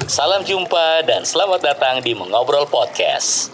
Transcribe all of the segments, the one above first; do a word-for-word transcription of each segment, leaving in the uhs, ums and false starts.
Salam jumpa dan selamat datang di Mengobrol Podcast.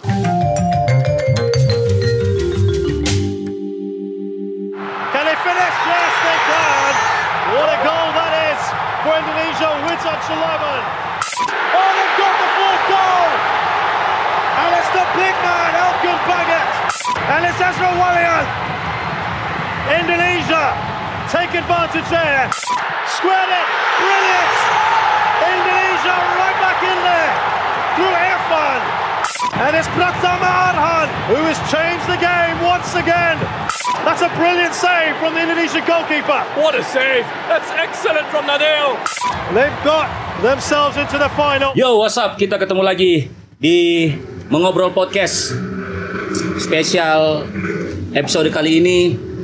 Can they finish? Yes, they can. What a goal that is for Indonesia. Witan Sulaiman. Oh, they've got the fourth goal. And it's the big man, Elkan Baggett. And it's Ezra Walian. Indonesia take advantage there. Squared it. Brilliant. Indonesia right back in there through Irfan. And it's Pratama Arhan who has changed the game once again. That's a brilliant save from the Indonesian goalkeeper. What a save. That's excellent from Nadal. They've got themselves into the final. Yo, what's up? Kita ketemu lagi di Mengobrol Podcast. Spesial episode kali ini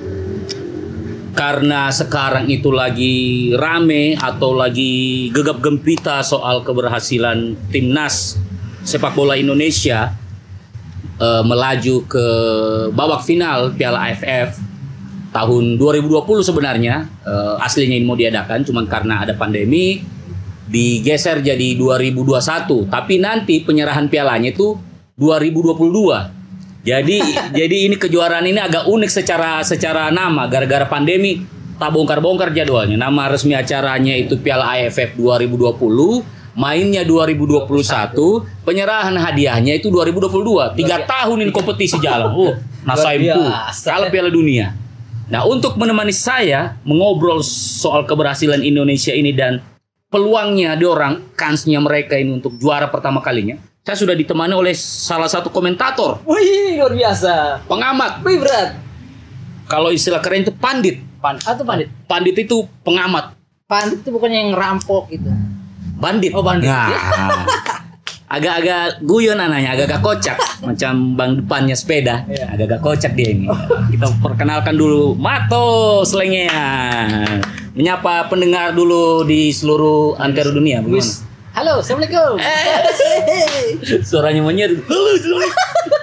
karena sekarang itu lagi rame atau lagi gegap gempita soal keberhasilan timnas sepak bola Indonesia uh, melaju ke babak final Piala A F F tahun dua ribu dua puluh sebenarnya. Uh, aslinya ini mau diadakan, cuman karena ada pandemi digeser jadi dua ribu dua puluh satu. Tapi nanti penyerahan pialanya itu dua ribu dua puluh dua. Jadi jadi ini kejuaraan ini agak unik secara secara nama gara-gara pandemi tak bongkar-bongkar jadwalnya. Nama resmi acaranya itu Piala A F F dua ribu dua puluh, mainnya dua ribu dua puluh satu, penyerahan hadiahnya itu dua ribu dua puluh dua. Tiga tahun ini kompetisi jalan. Oh, nasaimpu kalah Piala Dunia. Nah, untuk menemani saya mengobrol soal keberhasilan Indonesia ini dan peluangnya diorang, kansnya mereka ini untuk juara pertama kalinya, saya sudah ditemani oleh salah satu komentator. Wih, luar biasa. Pengamat. Wih, berat. Kalau istilah keren itu pandit. Pan, atau pandit? Pandit itu pengamat. Pandit itu bukannya yang ngerampok gitu. Bandit. Oh, bandit. Nah, agak-agak guyon anaknya, agak-agak kocak. Macam bang depannya sepeda. Iya. Agak-agak kocak dia ini. Kita perkenalkan dulu Mato Slengnya. Menyapa pendengar dulu di seluruh antero dunia. Bagaimana? Wis. Halo, assalamualaikum. Suaranya menyeru. Halo, assalamualaikum.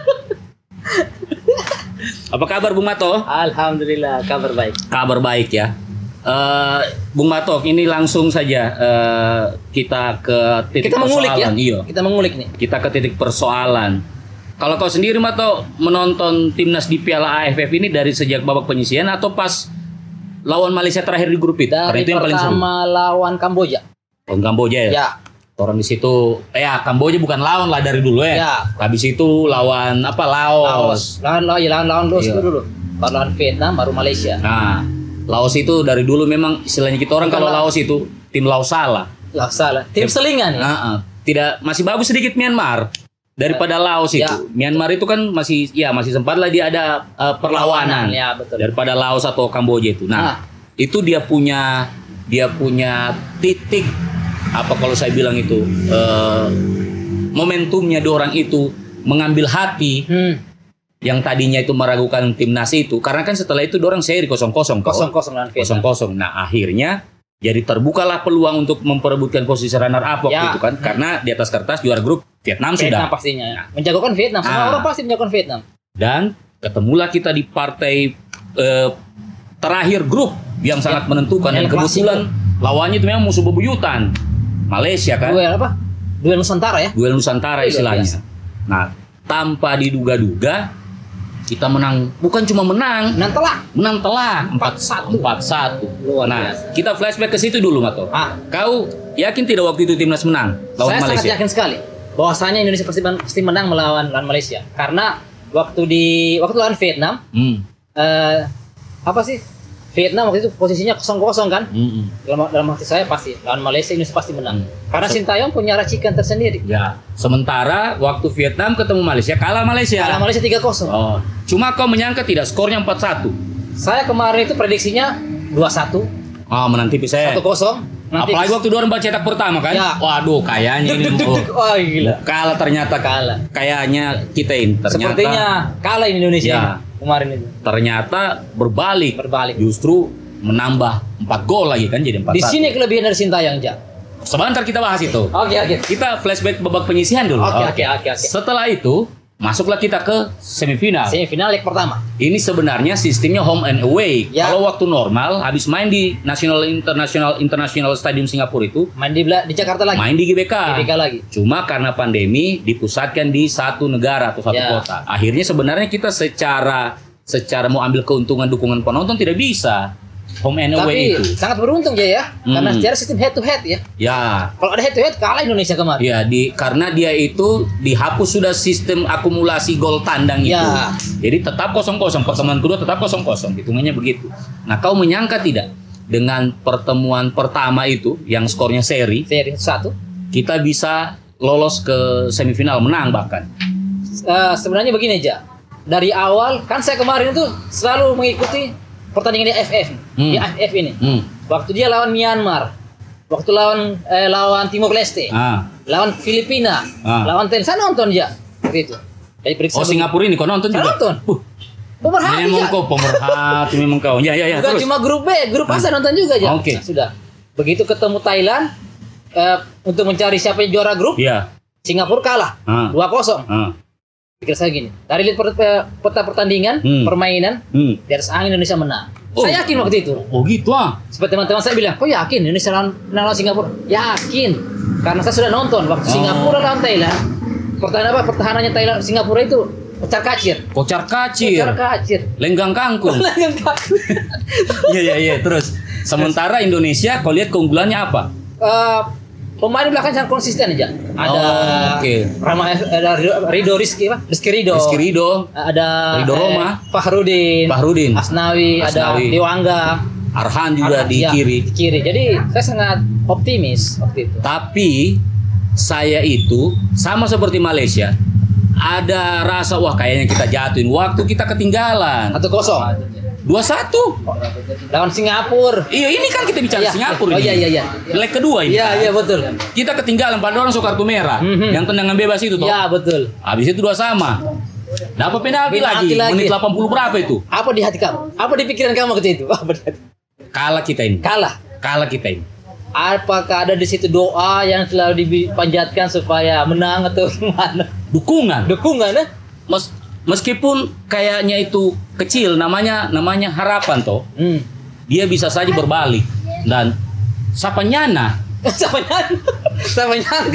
Apa kabar Bung Mato? Alhamdulillah, kabar baik. Kabar baik ya. Uh, Bung Mato, ini langsung saja uh, kita ke titik Kita mengulik persoalan. ya. Iya. Kita mengulik nih. Kita ke titik persoalan. Kalau kau sendiri Mato menonton timnas di Piala A F F ini dari sejak babak penyisihan atau pas lawan Malaysia terakhir di grup itu? Karena Dari itu yang paling seru. pertama lawan Kamboja. Lawan Kamboja ya. Ya. Orang di situ, eh ya Kamboja bukan lawan lah dari dulu ya. Ya. Habis itu lawan apa Laos. Laos. Lawan lawan lawan lawan Laos Iya. dulu. Baru lawan Vietnam, baru Malaysia. Nah, Laos itu dari dulu memang istilahnya kita orang Bukan kalau Laos. Laos itu tim Laos salah. Laos salah. Tim selingan ya. Nah, uh, tidak masih bagus sedikit Myanmar daripada Laos itu. Ya. Myanmar itu kan masih ya masih sempat lah dia ada uh, perlawanan Ya, betul. daripada Laos atau Kamboja itu. Nah, Ah. itu dia punya dia punya titik apa kalau saya bilang itu uh, momentumnya orang itu mengambil hati Hmm. yang tadinya itu meragukan timnas itu karena kan setelah itu orang seri kosong kosong Kosong-kosong lawan Vietnam. kosong kosong. Nah akhirnya jadi terbukalah peluang untuk memperebutkan posisi runner up waktu Ya. itu kan karena di atas kertas juara grup Vietnam, Vietnam sudah pastinya. Menjagokan Vietnam. Semua Ah. orang pasti menjagokan Vietnam. dan ketemulah kita di partai eh, terakhir grup yang sangat menentukan dan El kebetulan lawannya itu memang musuh bebuyutan Malaysia kan Duel apa? Duel Nusantara ya. duel Nusantara Oh, luar istilahnya. biasa. Nah tanpa diduga-duga kita menang, bukan cuma menang, Menang telak. menang telak empat satu. empat satu. Luar Nah, biasa. kita flashback ke situ dulu Mato. Ah. Kau yakin tidak waktu itu timnas menang lawan Saya Malaysia? sangat yakin sekali bahwasanya Indonesia pasti, pasti menang melawan lawan Malaysia karena waktu di waktu lawan Vietnam Hmm. eh, apa sih Vietnam waktu itu posisinya kosong kosong kan Hmm. dalam dalam hati saya pasti lawan Malaysia Indonesia pasti menang Hmm. karena Sintayong punya racikan tersendiri. Ya. Sementara waktu Vietnam ketemu Malaysia kalah Malaysia. Kalah Malaysia tiga kosong. Oh. Cuma kau menyangka tidak skornya empat satu. Saya kemarin itu prediksinya dua satu, Oh, menang tipis saya. satu kosong. Nanti Apalagi waktu dua empat cetak pertama kan? Ya. Waduh, kayaknya ini oh, oh gila. kalah ternyata Kalah. Kayaknya kita ini ternyata Sepertinya kalah ini Indonesia Ya. ini, kemarin itu. ternyata berbalik. Berbalik. Justru menambah empat gol lagi kan jadi empat satu. Di sini kelebihan dari Sintayong, Ja. Sebentar kita bahas itu. Oke, oke. Kita flashback babak penyisihan dulu. Oke, oke, oke, oke. Setelah itu Masuklah kita ke semifinal. Semifinal leg pertama. Ini sebenarnya sistemnya home and away. Ya. Kalau waktu normal, habis main di National International International Stadium Singapura itu, Main di Bela- di Jakarta lagi. main di G B K. G B K lagi. Cuma karena pandemi dipusatkan di satu negara atau satu Ya. kota. Akhirnya sebenarnya kita secara secara mau ambil keuntungan dukungan penonton tidak bisa. Home and away Tapi itu. sangat beruntung ya ya. Karena Hmm. secara sistem head to head ya. Ya. Kalau ada head to head kalah Indonesia kemarin. Ya, di karena dia itu dihapus sudah sistem akumulasi gol tandang itu. Ya. Jadi tetap kosong kosong, pertemuan kedua tetap kosong kosong, hitungannya begitu. Nah, kau menyangka tidak dengan pertemuan pertama itu yang skornya seri, Seri satu. kita bisa lolos ke semifinal, menang bahkan. Eh, sebenarnya begini aja. Dari awal kan saya kemarin itu selalu mengikuti pertandingan di A F F. Hmm. Di A F F ini. Hmm. Waktu dia lawan Myanmar. Waktu lawan eh, lawan Timor Leste. Ah. Lawan Filipina. Ah. Lawan Thailand. Saya nonton dia. Gitu. Jadi periksa Oh, Singapura ini kau nonton Saya juga? nonton. Uh, Pemerhati memang ya. kau pemerhati memang kau. Ya, ya, ya. Bukan Terus. cuma grup B, grup A saya nonton juga aja. Oke. Nah, sudah. Begitu ketemu Thailand eh, untuk mencari siapa yang juara grup, Ya. Singapura kalah Ah. dua kosong. Ah. Pikir saya gini, dari lihat peta, peta pertandingan, Hmm. permainan, Hmm. di atas angin Indonesia menang. Oh. Saya yakin waktu itu. Oh, gitu ah. Seperti teman-teman saya bilang, kok yakin Indonesia lawan lawan Singapura? Yakin, karena saya sudah nonton waktu Oh. Singapura lawan Thailand. Pertahanan apa? Pertahanannya Thailand Singapura itu kocar kacir. Kocar kacir. Kocar kacir. Lenggang kangkung. Lenggang kacir. Iya, iya, iya. Terus sementara Indonesia kau lihat keunggulannya apa? Eh, pemain di belakang sangat konsisten aja. Ada Oh, oke. Rama, ada Rido- Rido Rizky apa? Rizky Rido. Rizky Ridho, Ada Rido eh, Roma. Fahrudin. Fahrudin, Asnawi, Asnawi. ada Dewangga. Arhan juga Arhan, di ya, kiri. Di kiri. Jadi saya sangat optimis waktu itu. Tapi saya itu sama seperti Malaysia, ada rasa wah kayaknya kita jatuhin waktu kita ketinggalan. Satu kosong. dua satu. Lawan Singapura. Iya, ini kan kita bicara Iya. Singapura Oh, ini. iya, iya, iya. Leg kedua ini. Iya, iya betul. Kita ketinggalan pada orang suka kartu merah. Mhm. Yang tendangan bebas itu toh. Iya, betul. Habis itu dua sama. Dapat penalti lagi. Penalti lagi. Menit delapan puluh berapa itu? Apa di hati kamu? Apa di pikiran kamu waktu itu? Apa di hati? Kalah kita ini. Kalah. Kalah kita ini. Apakah ada di situ doa yang selalu dipanjatkan supaya menang atau gimana? Dukungan. Dukungan eh? Mes- meskipun kayaknya itu kecil, namanya namanya harapan toh. Hmm. Dia bisa saja berbalik dan Sapanyana Samanya, samanya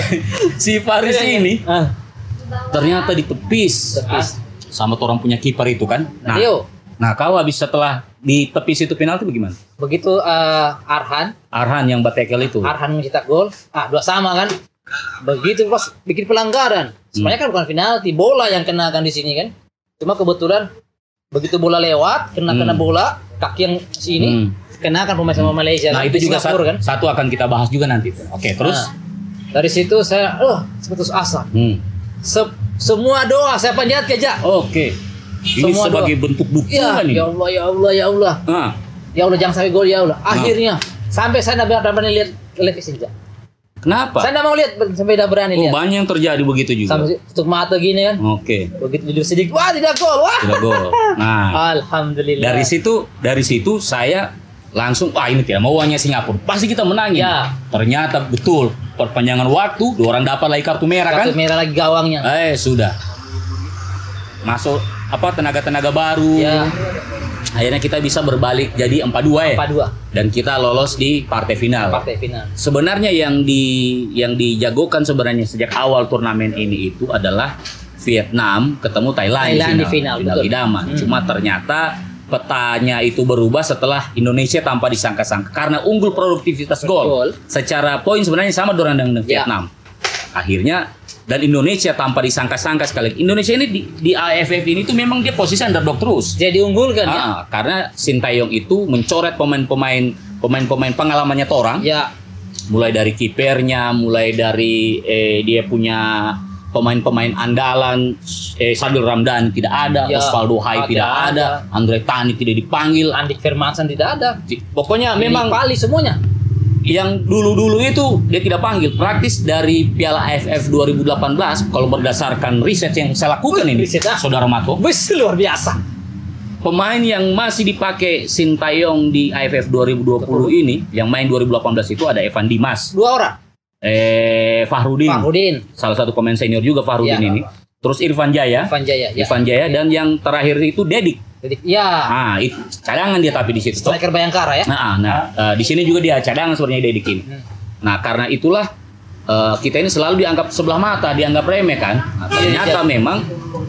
si Faris ini Ah, ternyata ditepis Tepis. sama orang punya kiper itu kan. Nah, Rio. nah kau habis setelah ditepis itu penalti bagaimana? Begitu eh, Arhan, Arhan yang batekel itu. Arhan mencetak gol, ah dua sama kan. Begitu pas bikin pelanggaran. Sebenarnya kan bukan penalti, bola yang kenakan di sini kan. Cuma kebetulan begitu bola lewat, kena kena Hmm. bola, kaki yang sini Hmm. kenakan pemain sama Malaysia. Nah kan, itu di juga Singapura satu, kan. satu akan kita bahas juga nanti. Oke terus. Nah, dari situ saya, oh, seputus asa. Hmm. Se- semua doa saya panjatkan aja. Oke. Ini Semua sebagai doa. bentuk Ya, dukungan ini. ya Allah, ya Allah, ya Allah. Nah, Ya Allah jangan sampai gol ya Allah. Akhirnya sampai saya tidak berani lihat televisi aja. kenapa? Saya tidak mau lihat sampai tidak berani Oh, lihat. banyak yang terjadi begitu juga. Sampai tutup mata gini kan. Oke. Begitu jujur sedikit, wah tidak gol, wah. Tidak gol. Nah, Alhamdulillah. dari situ dari situ saya langsung wah ini tidak mau uangnya Singapura. Pasti kita menangin. Ya. Ternyata betul. Perpanjangan waktu, dua orang dapat lagi kartu merah kartu kan? merah lagi gawangnya. Eh, sudah. Masuk apa tenaga-tenaga baru. Ya, Akhirnya kita bisa berbalik jadi empat dua ya. empat dua Dan kita lolos di partai final. partai final. Sebenarnya yang di yang dijagokan sebenarnya sejak awal turnamen ini itu adalah Vietnam ketemu Thailand, Thailand di final, final betul. idaman. Hmm. Cuma ternyata petanya itu berubah setelah Indonesia tanpa disangka-sangka karena unggul produktivitas gol. Gol. Secara poin sebenarnya sama dengan dengan Ya. Vietnam. Akhirnya dan Indonesia tanpa disangka-sangka sekali. Indonesia ini di, di A F F ini tuh memang dia posisi underdog terus. Jadi unggulkan ya. Ah, karena Sintayong itu mencoret pemain-pemain pemain-pemain pengalamannya orang, Ya, mulai dari kipernya, mulai dari eh, dia punya pemain-pemain andalan, eh, Sadil Ramdhani tidak ada, Ya, Osvaldo Hai tidak tidak ada. ada, Andre Tani tidak dipanggil. Andik Firmansyah tidak ada. Pokoknya Memang memang Pali semuanya. yang dulu-dulu itu dia tidak panggil. Praktis dari Piala A F F dua ribu delapan belas kalau berdasarkan riset yang saya lakukan ini, Riset, ah. Saudara Mato, Bus luar biasa. pemain yang masih dipakai Sintayong di A F F dua ribu dua puluh ini, yang main dua ribu delapan belas itu ada Evan Dimas, Dua orang. eh Fahrudin, Fahrudin. salah satu pemain senior juga Fahrudin Iya. ini. terus Irfan Jaya, Irfan Jaya, ya. Irfan Jaya, dan yang terakhir itu Dedik. Dedik, ya. Ah, itu cadangan dia tapi di situ. Striker Bayangkara ya. Nah, nah uh, di sini juga dia cadangan sebenarnya Dedik ini. Hmm. Nah, karena itulah uh, kita ini selalu dianggap sebelah mata, dianggap remeh kan. Nah, ternyata memang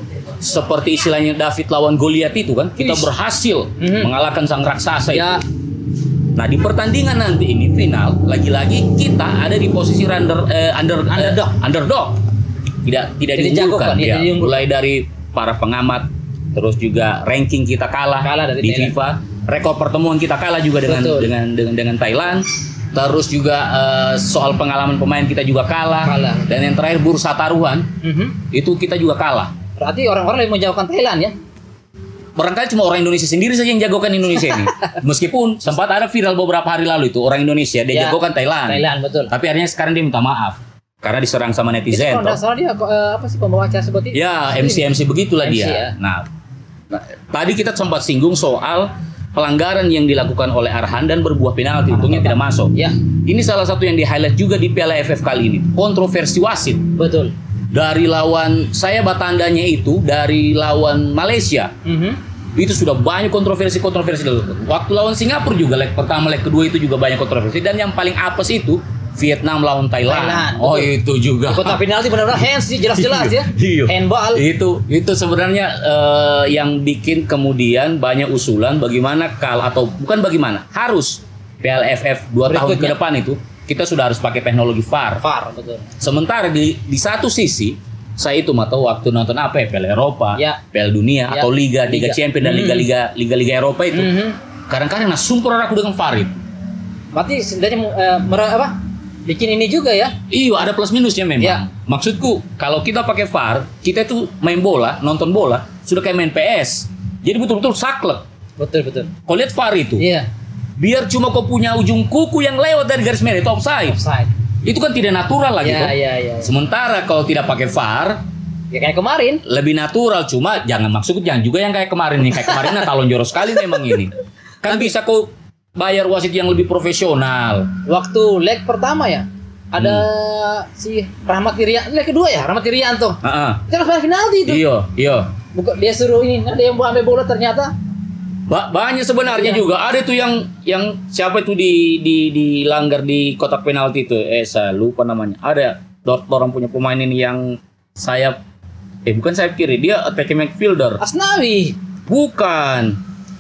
seperti istilahnya David lawan Goliat itu kan, kita berhasil Mhm. mengalahkan sang raksasa Ya. itu. Nah, di pertandingan nanti ini final, lagi-lagi kita ada di posisi under, eh, under Underdog. eh, underdog. Tidak tidak Tidak diunggulkan dijagokan, ya, ya. diunggulkan. Mulai dari para pengamat, terus juga ranking kita kalah, Kalah dari di Thailand. FIFA, rekor pertemuan kita kalah juga dengan Betul. dengan dengan dengan Thailand. Terus juga eh, soal pengalaman pemain kita juga kalah. Kalah. Dan yang terakhir bursa taruhan Mhm. itu kita juga kalah. Berarti orang-orang yang menjauhkan Thailand ya. Barangkali cuma orang Indonesia sendiri saja yang jagokan Indonesia ini. Meskipun sempat ada viral beberapa hari lalu itu orang Indonesia dia Ya, jagokan Thailand. Thailand betul. Tapi akhirnya sekarang dia minta maaf karena diserang sama Itu netizen. kalau nggak toh. salah dia eh, apa sih pembawa acara seperti itu? Ya, M C M C begitulah M C dia. ya. Nah, nah, tadi kita sempat singgung soal pelanggaran yang dilakukan oleh Arhan dan berbuah penalti, untungnya tidak masuk. Ya, Ini salah satu yang di-highlight juga di Piala F F kali ini. Kontroversi wasit. betul. Dari lawan saya batandanya itu dari lawan Malaysia. Mhm. Itu sudah banyak kontroversi-kontroversi dulu. Waktu lawan Singapura juga leg pertama, leg kedua itu juga banyak kontroversi, dan yang paling apes itu Vietnam lawan Thailand. Thailand, Oh, betul. itu juga. Kotak penalti benar-benar hands sih jelas-jelas ya. Iya. Handball. Itu itu sebenarnya eh, yang bikin kemudian banyak usulan bagaimana kal atau bukan bagaimana, harus Piala F F dua tahun ke Berikutnya. depan itu kita sudah harus pakai teknologi V A R. V A R betul. Sementara di di satu sisi saya itu mah tahu waktu nonton apa ya, Piala Eropa, Ya. Piala Dunia, Ya. atau Liga, Liga Liga. Champions dan Hmm. Liga-Liga Liga-Liga Eropa itu. Mhm. Kadang-kadang nah sumpur aku dengan V A R itu. Berarti sebenarnya eh, mer- apa? Bikin ini juga ya. Iya, ada plus minusnya memang. Ya. Maksudku, kalau kita pakai V A R, kita itu main bola, nonton bola, sudah kayak main P S. Jadi betul-betul saklek. Betul betul. Kau lihat V A R itu, Iya. biar cuma kau punya ujung kuku yang lewat dari garis merah itu offside. Offside. Itu kan tidak natural lagi Iya toh. iya iya. Sementara kalau tidak pakai V A R, Ya kayak kemarin. lebih natural, cuma jangan maksudku jangan juga yang kayak kemarin nih. Kayak kemarin nah talon jorok sekali memang ini. Kan bisa kau bayar wasit yang lebih profesional. Waktu leg pertama ya. Ada Hmm. si Rahmat Irianto. Leg kedua ya, Rahmat Irianto. Heeh. Itu langsung penalti itu. Iya, iya. Bukan dia suruh ini, ada yang mau ambil bola ternyata Ba- banyak sebenarnya Iya. juga. Ada tuh yang yang siapa itu di di dilanggar di kotak penalti itu. Eh saya lupa namanya. Ada dot orang punya pemain ini yang sayap eh bukan sayap kiri, dia attacking midfielder. Asnawi. Bukan.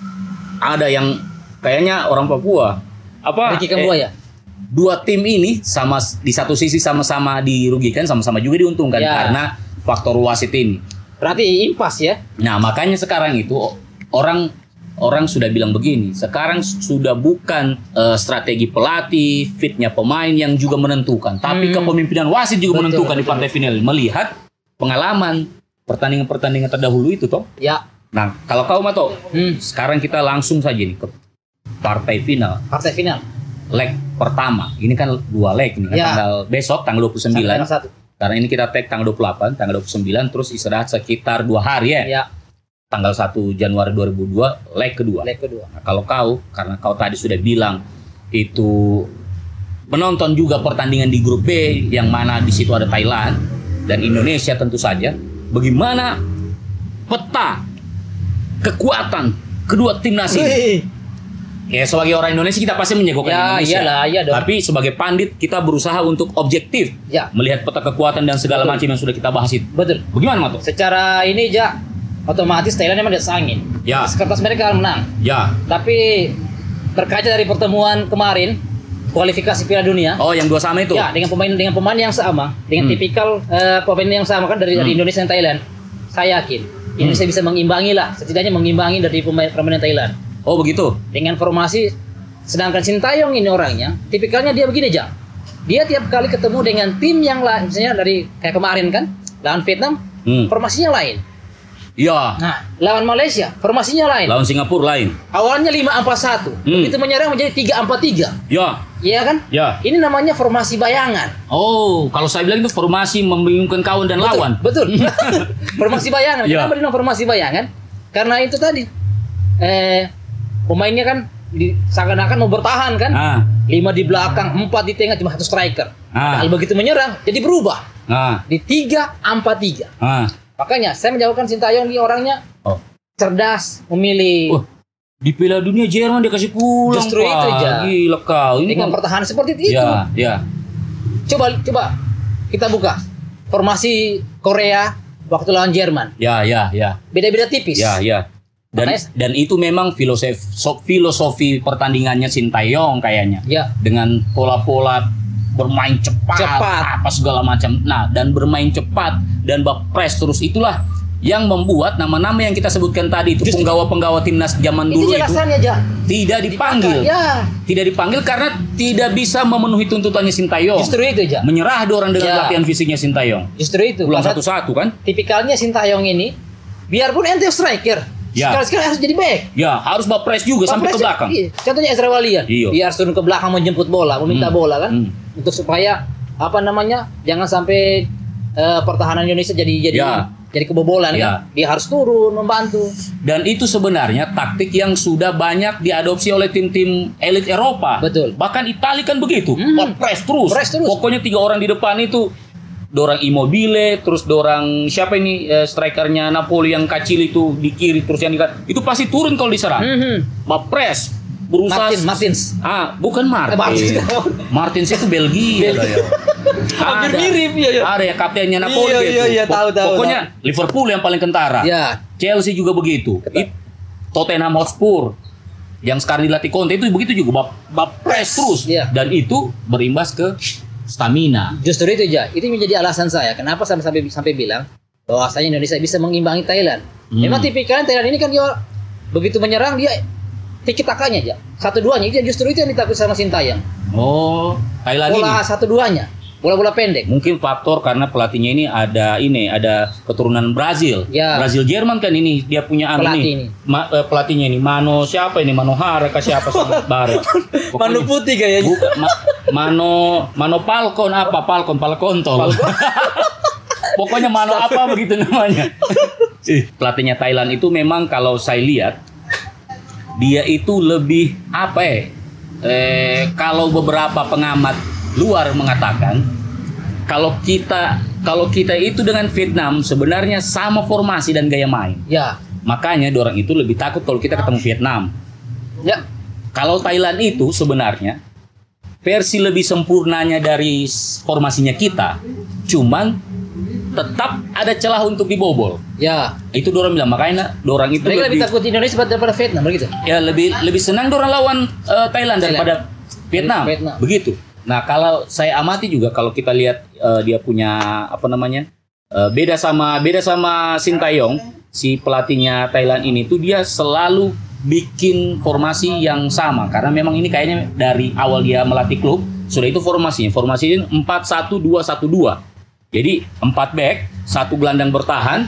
Ada yang kayaknya orang Papua. Apa? Ricky Kambuaya ya? Dua tim ini sama di satu sisi sama-sama dirugikan, sama-sama juga diuntungkan Ya. karena faktor wasit ini. Berarti impas ya. Nah, makanya sekarang itu o- orang orang sudah bilang begini, sekarang sudah bukan eh, strategi pelatih, fitnya pemain yang juga menentukan, tapi Hmm. kepemimpinan wasit juga Betul, menentukan di betul. partai final melihat pengalaman pertandingan-pertandingan terdahulu itu toh. Ya. Nah, kalau kau Mato, Hmm. sekarang kita langsung saja nih ke partai final, Partai final. leg pertama. Ini kan dua leg nih, kan Ya. tanggal besok tanggal dua puluh sembilan. Sampai satu. Karena ini kita tag tanggal dua puluh delapan, tanggal dua puluh sembilan, terus istirahat sekitar dua hari ya. Ya, Tanggal satu Januari dua ribu dua, leg kedua. leg kedua. Nah, kalau kau, karena kau tadi sudah bilang itu menonton juga pertandingan di grup B yang mana di situ ada Thailand dan Indonesia tentu saja. Bagaimana peta kekuatan kedua timnas ini? Wih. Ya sebagai orang Indonesia kita pasti menjagokan Ya, Indonesia. iyalah, iya dong. Tapi sebagai pandit kita berusaha untuk objektif Ya, melihat peta kekuatan dan segala Betul. macam yang sudah kita bahas itu. betul. Bagaimana Mato? Secara ini ja otomatis Thailand memang di atas angin. Ya. Kertas mereka akan menang. Ya. Tapi berkaca dari pertemuan kemarin kualifikasi Piala Dunia, Oh, yang dua sama itu. ya dengan pemain dengan pemain yang sama, dengan Hmm. tipikal eh, pemain yang sama kan dari, dari Hmm. Indonesia dan Thailand. Saya yakin Indonesia bisa mengimbangi lah, setidaknya mengimbangi dari pemain permainan Thailand. Oh, begitu. Dengan formasi, sedangkan Sintayong ini orangnya, tipikalnya dia begini aja. Dia tiap kali ketemu dengan tim yang lain, misalnya dari kayak kemarin kan, lawan Vietnam, Hmm. formasinya lain. Ya. Nah, lawan Malaysia, formasinya lain. Lawan Singapura lain. Awalnya lima empat satu, Hmm. begitu menyerang menjadi tiga empat tiga. Ya. Iya kan? Ya. Ini namanya formasi bayangan. Oh, kalau saya bilang itu formasi membingungkan kawan dan Betul, lawan. Betul. Formasi bayangan. Ya. Kenapa dinamakan formasi bayangan? Karena itu tadi eh pemainnya kan di, seakan-akan mau bertahan kan. Ah. Lima di belakang, empat di tengah, cuma satu striker. Ah. Padahal begitu menyerang, jadi berubah Ah. di tiga empat tiga. Ah. Makanya saya menjauhkan Sintayong, dia orangnya Oh. cerdas, memilih. Oh, di Piala Dunia Jerman dia kasih pulang. Justru Pak. itu, Ja. Gila kau. Ini Dengan kan- pertahanan seperti itu. Ya, ya. Coba coba kita buka formasi Korea waktu lawan Jerman. Ya, ya, ya. Beda-beda tipis. Ya, ya. Dan Makanya- dan itu memang filosofi so- filosofi pertandingannya Sintayong kayaknya. Ya. Dengan pola-pola bermain cepat, Cepat. apa segala macam. Nah, dan bermain cepat dan backpress terus itulah yang membuat nama-nama yang kita sebutkan tadi itu Justru- penggawa-penggawa timnas zaman Itu dulu itu jelasannya aja. tidak dipanggil. Ya, Tidak dipanggil karena tidak bisa memenuhi tuntutannya Sintayong. justru itu aja. Menyerah dorang dengan Ya. latihan fisiknya Sintayong. Justru itu. Ulang Karena satu-satu kan? tipikalnya Sintayong ini, biarpun ente striker, Ya. sekali-sekali harus jadi back. Ya, harus backpress juga sampai ke Backpress, belakang. iya. Contohnya Ezra Walian. Iya. Dia harus turun ke belakang menjemput bola, meminta Hmm. bola kan, Hmm. untuk supaya apa namanya, jangan sampai eh, pertahanan Indonesia jadi jadi Ya. jadi kebobolan Ya. kan. Dia harus turun membantu. Dan itu sebenarnya taktik yang sudah banyak diadopsi oleh tim-tim elit Eropa. Betul. Bahkan Italia kan begitu. Hmm. Wah, press terus. Press terus. Pokoknya tiga orang di depan itu. Dorang Immobile, terus dorang siapa ini eh, strikernya Napoli yang kecil itu di kiri, terus yang di kanan. Itu pasti turun kalau diserang. Mhm. Bah, press. Berusaha. Martin, Martins. Ah, bukan Martin. Eh, Martins. Martins itu Belgia. ya. Hampir Ada. mirip, iya, iya. Ada ya kaptennya Napoli Iya, itu. iya, iya, Pok- tahu, tahu, Pokoknya Liverpool yang paling kentara. Ya. Chelsea juga begitu. It- Tottenham Hotspur yang sekarang dilatih Conte itu begitu juga. Bap, bap press terus. Iya. Dan itu berimbas ke stamina. Justru itu aja. Itu menjadi alasan saya kenapa sampai sampai sampai bilang bahwasanya Indonesia bisa mengimbangi Thailand. Hmm. Memang tipikalnya Thailand ini kan dia begitu menyerang dia tiki takanya aja. Satu duanya itu justru itu yang ditakut sama Sintayong. Oh, Thailand ini. Bola satu duanya. Bola-bola pendek. Mungkin faktor karena pelatihnya ini ada ini ada keturunan Brazil. Ya. Brazil Jerman kan ini dia punya anu Pelatih nih. ini. Ma- eh, pelatihnya ini Mano siapa ini Mano Hara kah siapa sama Barat. Pokoknya- putih kayaknya. Bukan, ma- Mano Mano Falcon apa Falcon Falcon tol. Pokoknya Mano apa begitu namanya. Ih, pelatihnya Thailand itu memang kalau saya lihat dia itu lebih apa ya? Eh, kalau beberapa pengamat luar mengatakan kalau kita kalau kita itu dengan Vietnam sebenarnya sama formasi dan gaya main. Ya. Makanya dorang itu lebih takut kalau kita ketemu Vietnam. Ya. Kalau Thailand itu sebenarnya versi lebih sempurnanya dari s- formasinya kita, cuman tetap ada celah untuk dibobol. Ya. Itu dorang bilang makanya dorang itu Mereka lebih lebih takut Indonesia daripada Vietnam begitu. ya lebih lebih senang dorang lawan eh, Thailand daripada Vietnam. Vietnam. Begitu. Nah, kalau saya amati juga kalau kita lihat eh, dia punya apa namanya? eh, beda sama beda sama Sintayong, si pelatihnya Thailand ini tuh dia selalu bikin formasi yang sama karena memang ini kayaknya dari awal dia melatih klub sudah itu formasinya. Formasinya empat satu dua satu dua. Jadi empat back, satu gelandang bertahan,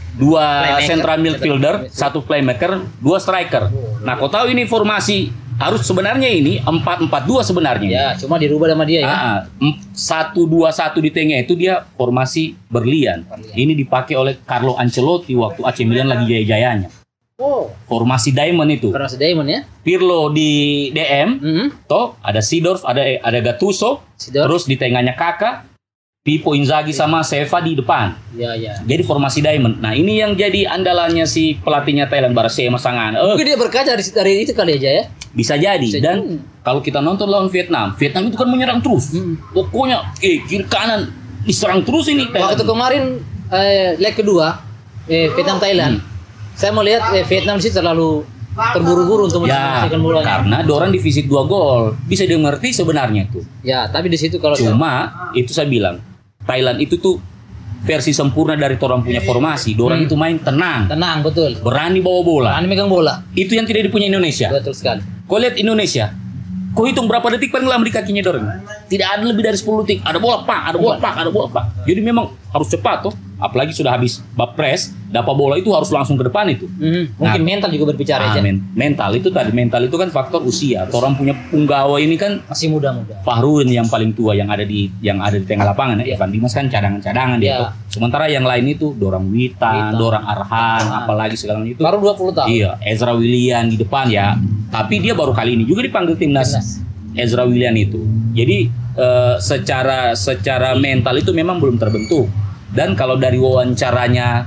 dua Playmaker. central midfielder, satu playmaker, dua striker. Nah, kau tahu ini formasi harus sebenarnya ini empat empat dua sebenarnya. Ya, cuma dirubah sama dia ya. Ah, ah. Em- satu dua satu di tengah itu dia formasi berlian. Berlian. Ini dipakai oleh Carlo Ancelotti waktu A C Milan lagi jaya-jayanya. Oh, Formasi diamond itu. karena Diamond ya. Pirlo di D M, Mhm. toh ada Seedorf, ada ada Gattuso, Seedorf. terus di tengahnya Kakak, Pippo Inzaghi sama Seva di depan. Ya, ya. Jadi formasi diamond. Nah, ini yang jadi andalannya si pelatihnya Thailand Barasema Sangan. Eh, Mungkin dia berkaca dari, dari itu kali aja ya. bisa jadi. Bisa Dan jadi. kalau kita nonton lawan Vietnam, Vietnam itu kan menyerang terus. Hmm. Pokoknya eh kiri kanan diserang terus ini Thailand. Waktu kemarin eh, leg kedua eh, Vietnam Thailand, saya melihat eh, Vietnam di situ terlalu terburu-buru untuk Ya, menyelesaikan bolanya. karena dorang defisit dua gol. Bisa dimengerti sebenarnya tuh. Ya, tapi di situ kalau Cuma itu saya bilang, Thailand itu tuh versi sempurna dari orang punya formasi. Dorang Hmm. itu main tenang, tenang betul. berani bawa bola. Berani megang bola. Itu yang tidak dipunya Indonesia. Betul sekali. Kau lihat Indonesia, kau hitung berapa detik paling lama di kakinya dorang. Tidak ada lebih dari sepuluh detik. Ada bola pak, ada bola pak, ada bola pak. Jadi memang harus cepat tuh. Apalagi sudah habis bab press, dapat bola itu harus langsung ke depan itu. Mhm. Mungkin Nah, mental juga berbicara Ah, aja. men- mental itu tadi, mental itu kan faktor usia. Orang punya punggawa ini kan Masih muda-muda. Fahrudin yang paling tua yang ada di yang ada di tengah lapangan ya. Iya. Evan Dimas kan cadangan-cadangan dia Iya. tuh. Sementara yang lain itu Dorang Witan, Witan. Dorang Arhan, Ah. apalagi segala macam itu. Baru dua puluh tahun. Iya, Ezra Willian di depan ya. Tapi dia baru kali ini juga dipanggil timnas. Timnas. Ezra Willian itu. Jadi eh, secara secara mental itu memang belum terbentuk. Dan kalau dari wawancaranya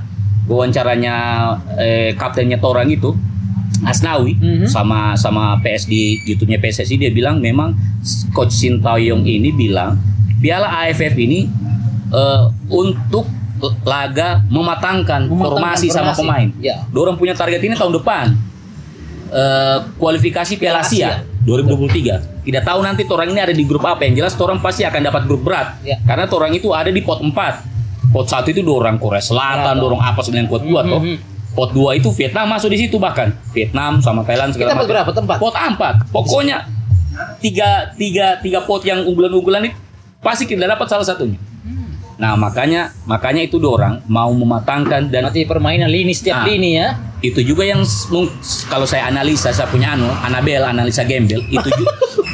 wawancaranya eh, kaptennya Torang itu Asnawi Mhm. sama sama P S di YouTube-nya P S S I, dia bilang memang coach Sintayong ini bilang Piala A F F ini eh, untuk laga mematangkan, Mematangkan formasi sama formasi. pemain. Ya. Dorang punya target ini tahun depan. Eh, kualifikasi Piala Piala Asia Asia. dua ribu dua puluh tiga. Tidak tahu nanti Torang ini ada di grup apa. Yang jelas Torang pasti akan dapat grup berat. Ya. Karena Torang itu ada di pot empat. Pot satu itu dorang Korea Selatan, Ya, dorong apa dengan pot dua Mhm. toh. Pot dua itu Vietnam masuk di situ bahkan. Vietnam sama Thailand segala Kita pot macam. berapa? Tempat? Pot empat. Pokoknya tiga tiga tiga pot yang unggulan-unggulan itu pasti kita dapat salah satunya. Nah, makanya makanya itu dorang mau mematangkan dan Nanti permainan lini setiap Ah. lini ya. itu juga yang s- mung- kalau saya analisa, saya punya anu Anabel analisa gembel itu juga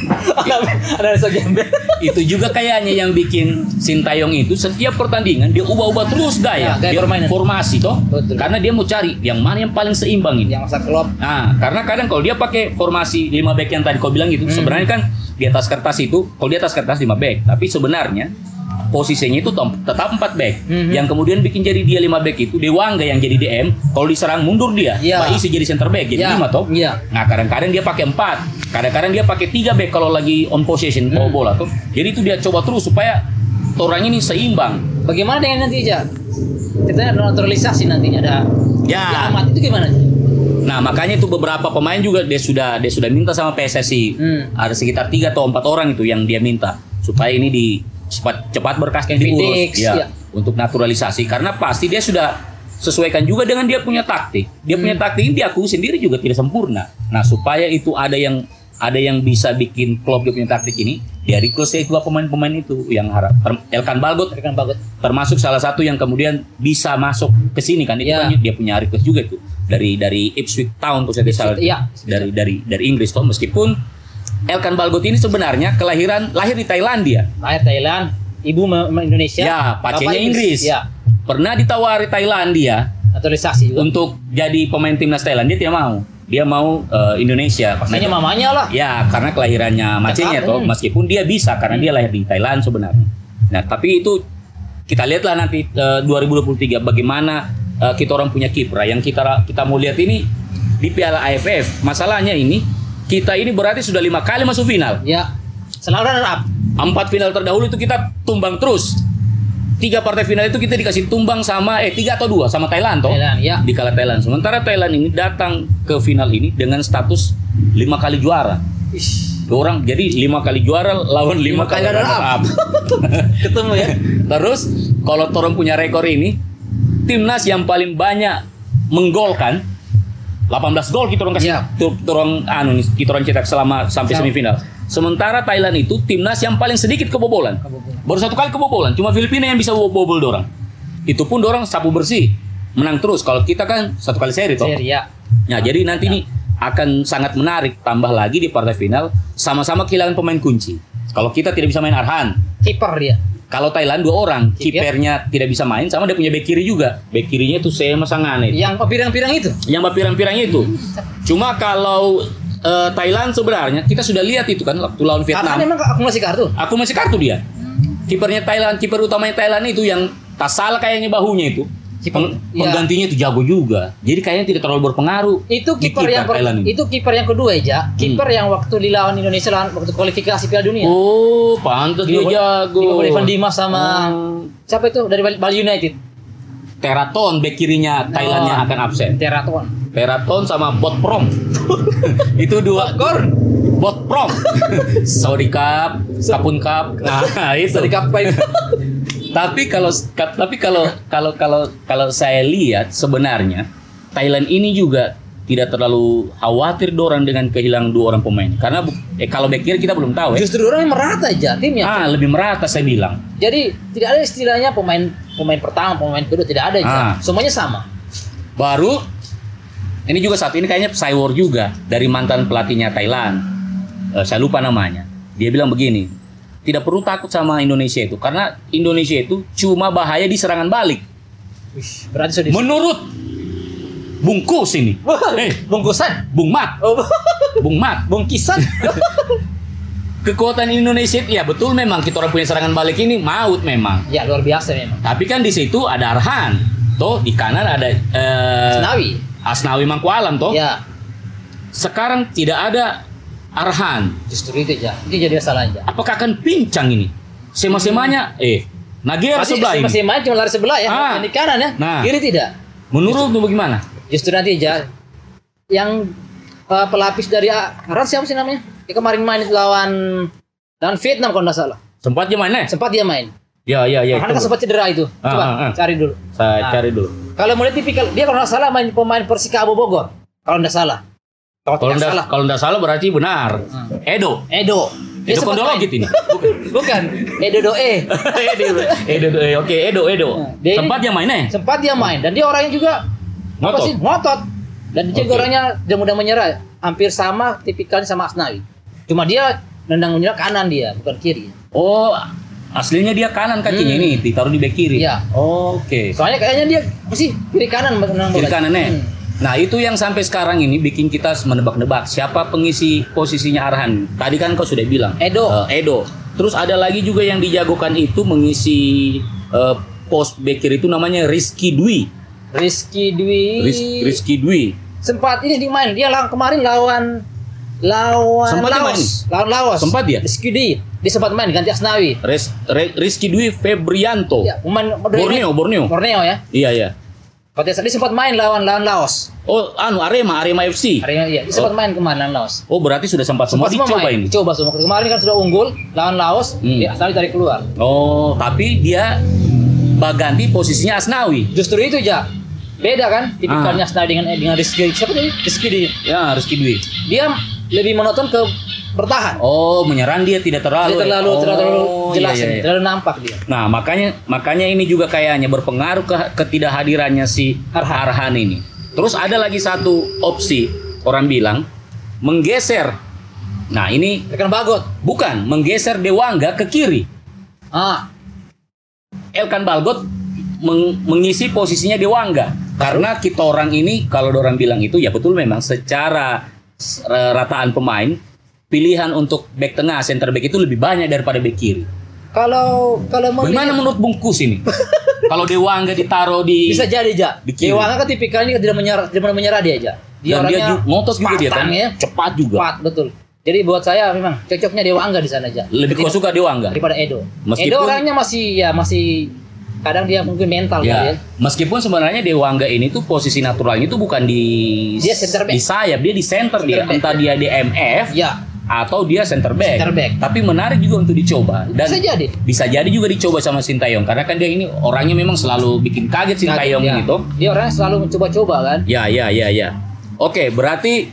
Ada rasa gembel. itu juga kayaknya yang bikin Sintayong itu setiap pertandingan dia ubah-ubah terus gaya, Ya, gaya dia permainan. formasi toh. Betul. Karena dia mau cari yang mana yang paling seimbang ini. Yang masa klub. Nah, karena kadang kalau dia pakai formasi lima back yang tadi kau bilang gitu, Hmm. sebenarnya kan di atas kertas itu, kalau di atas kertas lima back, tapi sebenarnya posisinya itu tom- tetap empat back. Mhm. Yang kemudian bikin jadi dia lima back itu Dewangga yang jadi D M, kalau diserang mundur dia, Iya. Pak Isi jadi center back, jadi Iya. lima toh. Iya. Nah, kadang-kadang dia pakai empat, kadang-kadang dia pakai tiga back kalau lagi on possession bawa Hmm. bola tuh. Jadi itu dia coba terus supaya orang ini seimbang. Bagaimana dengan nanti aja? Kita ada naturalisasi nantinya ada. Ya. Di amat itu gimana? Nah, makanya itu beberapa pemain juga dia sudah dia sudah minta sama P S S I. Hmm. Ada sekitar tiga atau empat orang itu yang dia minta supaya ini di cepat cepat berkasnya Kevin diurus Dix, ya, ya. untuk naturalisasi karena pasti dia sudah sesuaikan juga dengan dia punya taktik. Dia punya Hmm. taktik ini diakui sendiri juga tidak sempurna. Nah, supaya itu ada yang ada yang bisa bikin klub dia punya taktik ini, dia rekrut dua pemain-pemain itu yang harap ter- Elkan Balgot Kan bagus. termasuk salah satu yang kemudian bisa masuk ke sini kan itu Ya. kan dia punya request juga itu dari dari Ipswich Town kalau saya tidak salah Iya. dari dari dari Inggris toh meskipun Elkan Balgot ini sebenarnya kelahiran lahir di Thailand dia Lahir Thailand, ibu me- me- Indonesia. ya pacenya bapak Inggris Ya. pernah ditawari Thailand dia Naturalisasi juga. untuk jadi pemain timnas Thailand dia tidak mau dia mau eh, Indonesia Pastinya Nah, mamanya lah. ya karena kelahirannya macenya Jakarta, toh hmm. meskipun dia bisa karena dia lahir di Thailand sebenarnya. Nah tapi itu kita lihatlah nanti eh, dua ribu dua puluh tiga bagaimana eh, kita orang punya kiprah yang kita kita mau lihat ini di Piala A F F. Masalahnya ini kita ini berarti sudah lima kali masuk final. Ya. Selalu runner up. Empat final terdahulu itu kita tumbang terus. Tiga partai final itu kita dikasih tumbang sama eh tiga atau dua sama Thailand toh. Thailand, ya. Di kala Thailand. Sementara Thailand ini datang ke final ini dengan status lima kali juara. Ish. Orang jadi lima kali juara lawan lima, Lima kali kali runner runner up. Ketemu ya. Terus kalau Torong punya rekor ini, timnas yang paling banyak menggolkan delapan belas gol kita orang kasih Iya. tu- Torong anu nih, kita orang cetak selama sampai Sama. semifinal. Sementara Thailand itu timnas yang paling sedikit kebobolan. Kebobolan. Baru satu kali kebobolan, cuma Filipina yang bisa bobol dorang. Itu pun dorang sapu bersih, menang terus. Kalau kita kan satu kali seri toh. Seri ya. Nah, jadi nanti ini akan sangat menarik tambah lagi di partai final sama-sama kehilangan pemain kunci. Kalau kita tidak bisa main Arhan, Kiper dia. kalau Thailand dua orang, Kiper. kipernya tidak bisa main sama dia punya bek kiri juga. Bek kirinya itu Sema Sangane. Yang pirang-pirang itu. Yang pirang-pirangnya itu. Cuma kalau eh, Thailand sebenarnya kita sudah lihat itu kan waktu lawan Karena Vietnam. memang akumulasi kartu. Aku masih kartu dia. Kipernya Thailand, kiper utamanya Thailand itu yang tak salah kayaknya bahunya itu. Kiper, Peng- iya. penggantinya itu jago juga. Jadi kayaknya tidak terlalu berpengaruh. Itu di kiper yang per- Thailand ini. itu kiper yang kedua ya. Kiper yang waktu dilawan Indonesia lawan waktu kualifikasi Piala Dunia. Oh, pantas dia Di- jago. Di Evan Dimas sama Hmm. siapa itu dari Bali, Bali United. Teraton bek kirinya Thailandnya Oh, akan absen. Teraton. Teraton sama Bot Prom. Itu dua Gor. Bot Prom. Saudi Cup, Kapun Cup. Nah, itu. Dari kapan itu? Tapi kalau tapi kalau kalau kalau kalau saya lihat sebenarnya Thailand ini juga tidak terlalu khawatir dorang dengan kehilangan dua orang pemain. Karena bu- eh kalau back kiri kita belum tahu ya. Justru orang yang merata aja timnya. Ah, lebih merata saya bilang. Jadi tidak ada istilahnya pemain pemain pertama, pemain kedua tidak ada aja. Ah. Semuanya sama. Baru ini juga saat ini kayaknya Saiwor juga dari mantan pelatihnya Thailand. Eh, saya lupa namanya. Dia bilang begini, tidak perlu takut sama Indonesia itu karena Indonesia itu cuma bahaya di serangan balik. Wih, berarti sudah di- Menurut Bungkus ini. Eh, bungkusan. Bung Mat, Oh, Bung Mat. bungkisan. Kekuatan Indonesia ya betul memang kita orang punya serangan balik ini maut memang. Ya luar biasa memang. Tapi kan di situ ada Arhan, Toh di kanan ada eh, Asnawi. Asnawi Mangku Alam toh. Ya, Sekarang tidak ada Arhan. justru itu aja. Itu jadi masalahnya. Apakah akan pincang ini? Sema-semanya eh Nagera Masih sebelah ini. masih main cuma lari sebelah ya. Ah. Yang di kanan ya. Nah. Kiri tidak. Menurutmu bagaimana? Justru nanti aja yang uh, pelapis dari Arhan siapa sih namanya? Dia kemarin main lawan lawan Vietnam kalau nggak salah. Sempat dia main eh? Sempat dia main. Ya ya ya. Arhan kan itu. sempat cedera itu. Ah, Coba ah, ah. cari dulu. Saya Nah. cari dulu. Kalau mulai tipikal dia kalau nggak salah main pemain Persikabo Bogor. Kalau nggak salah. Kalau Kalau tidak ndak salah. kalau ndak salah berarti benar. Edo. Edo. Dia Edo sempat Kondologit main. ini. Bukan. Edo Doe. Edo, Edo, Edo, eh, oke, Edo, Edo. Dia ini- Sempat dia main eh? Sempat dia main dan dia orangnya juga apa Ngotot. sih? Ngotot. Dan dia juga Oke. orangnya dia mudah menyerah. Hampir sama tipikalnya sama Asnawi. Cuma dia nendang menyerah kanan dia, bukan kiri. Oh, aslinya dia kanan kakinya Hmm. ini ditaruh di bek kiri. Iya. Oke. Soalnya kayaknya dia apa sih kiri kanan menendang Kiri bola. kanan eh. Hmm. Nah, itu yang sampai sekarang ini bikin kita menebak-nebak siapa pengisi posisinya Arhan. Tadi kan kau sudah bilang. Edo. Eh, Edo. Terus ada lagi juga yang dijagokan itu mengisi eh, pos bek kiri itu namanya Rizky Dwi. Rizky Dwi Riz, Rizky Dwi. sempat ini di main dia lang kemarin lawan lawan Sempat dia Laos. Lawan Laos. Sempat dia? Rizky Dwi. Dia sempat main ganti Asnawi. Riz, Re- Rizky Dwi Febrianto. Ya, pemain Borneo, Borneo. Borneo ya. Iya, iya. Pada saat dia sempat main lawan lawan Laos. Oh, anu Arema, Arema F C. Hari ini iya, dia sempat main kemarin lawan Laos. Oh, berarti sudah sempat semua Sempat dicoba main. ini. Coba semua. Kemarin kan sudah unggul lawan Laos, Hmm. dia Asnawi tarik keluar. Oh, tapi dia ganti posisinya Asnawi. Justru itu aja. Beda kan tipikalnya Ah. Asnawi dengan dengan Rizky. Siapa tadi? Rizky Dwi. Ya, Rizky Dwi. Dia lebih monoton ke bertahan. Oh, menyerang dia tidak terlalu. Dia terlalu oh, terlalu jelas, iya, iya. terlalu nampak dia. Nah, makanya makanya ini juga kayaknya berpengaruh ke ketidakhadirannya si Arhan. Arhan ini. Terus ada lagi satu opsi, orang bilang menggeser. Nah, ini Rekan Bagot. bukan menggeser Dewangga ke kiri. Ah, Elkan Balgot meng- mengisi posisinya Dewangga. Karena kita orang ini kalau orang bilang itu ya betul memang secara s- rataan pemain pilihan untuk back tengah center back itu lebih banyak daripada back kiri. kalau kalau mau Bagaimana lihat- menurut Bungkus ini? Kalau Dewangga ditaruh di bisa jadi aja. Di kiri. Dewangga kan tipikalnya tidak menyerah, tidak pernah menyerah dia aja. Dia dan dia orangnya ju- ngotot juga dia kan, Spartan ya. cepat juga. Cepat betul. Jadi buat saya memang cocoknya Dewangga di sana aja. Lebih kau suka Dewangga? Daripada Edo. Meskipun- Edo orangnya masih ya masih kadang dia mungkin mental kali Ya, ya. meskipun sebenarnya Dewangga ini tuh posisi naturalnya itu bukan di Dia center back. di sayap, dia di center, dia. back. Entah dia di M F Ya, atau dia center back. Center back. Tapi menarik juga untuk dicoba dan bisa jadi. bisa jadi juga dicoba sama Sintayong karena kan dia ini orangnya memang selalu bikin kaget Sintayong ya. gitu. Dia orangnya selalu mencoba-coba kan. Ya, ya, ya, ya. Oke, berarti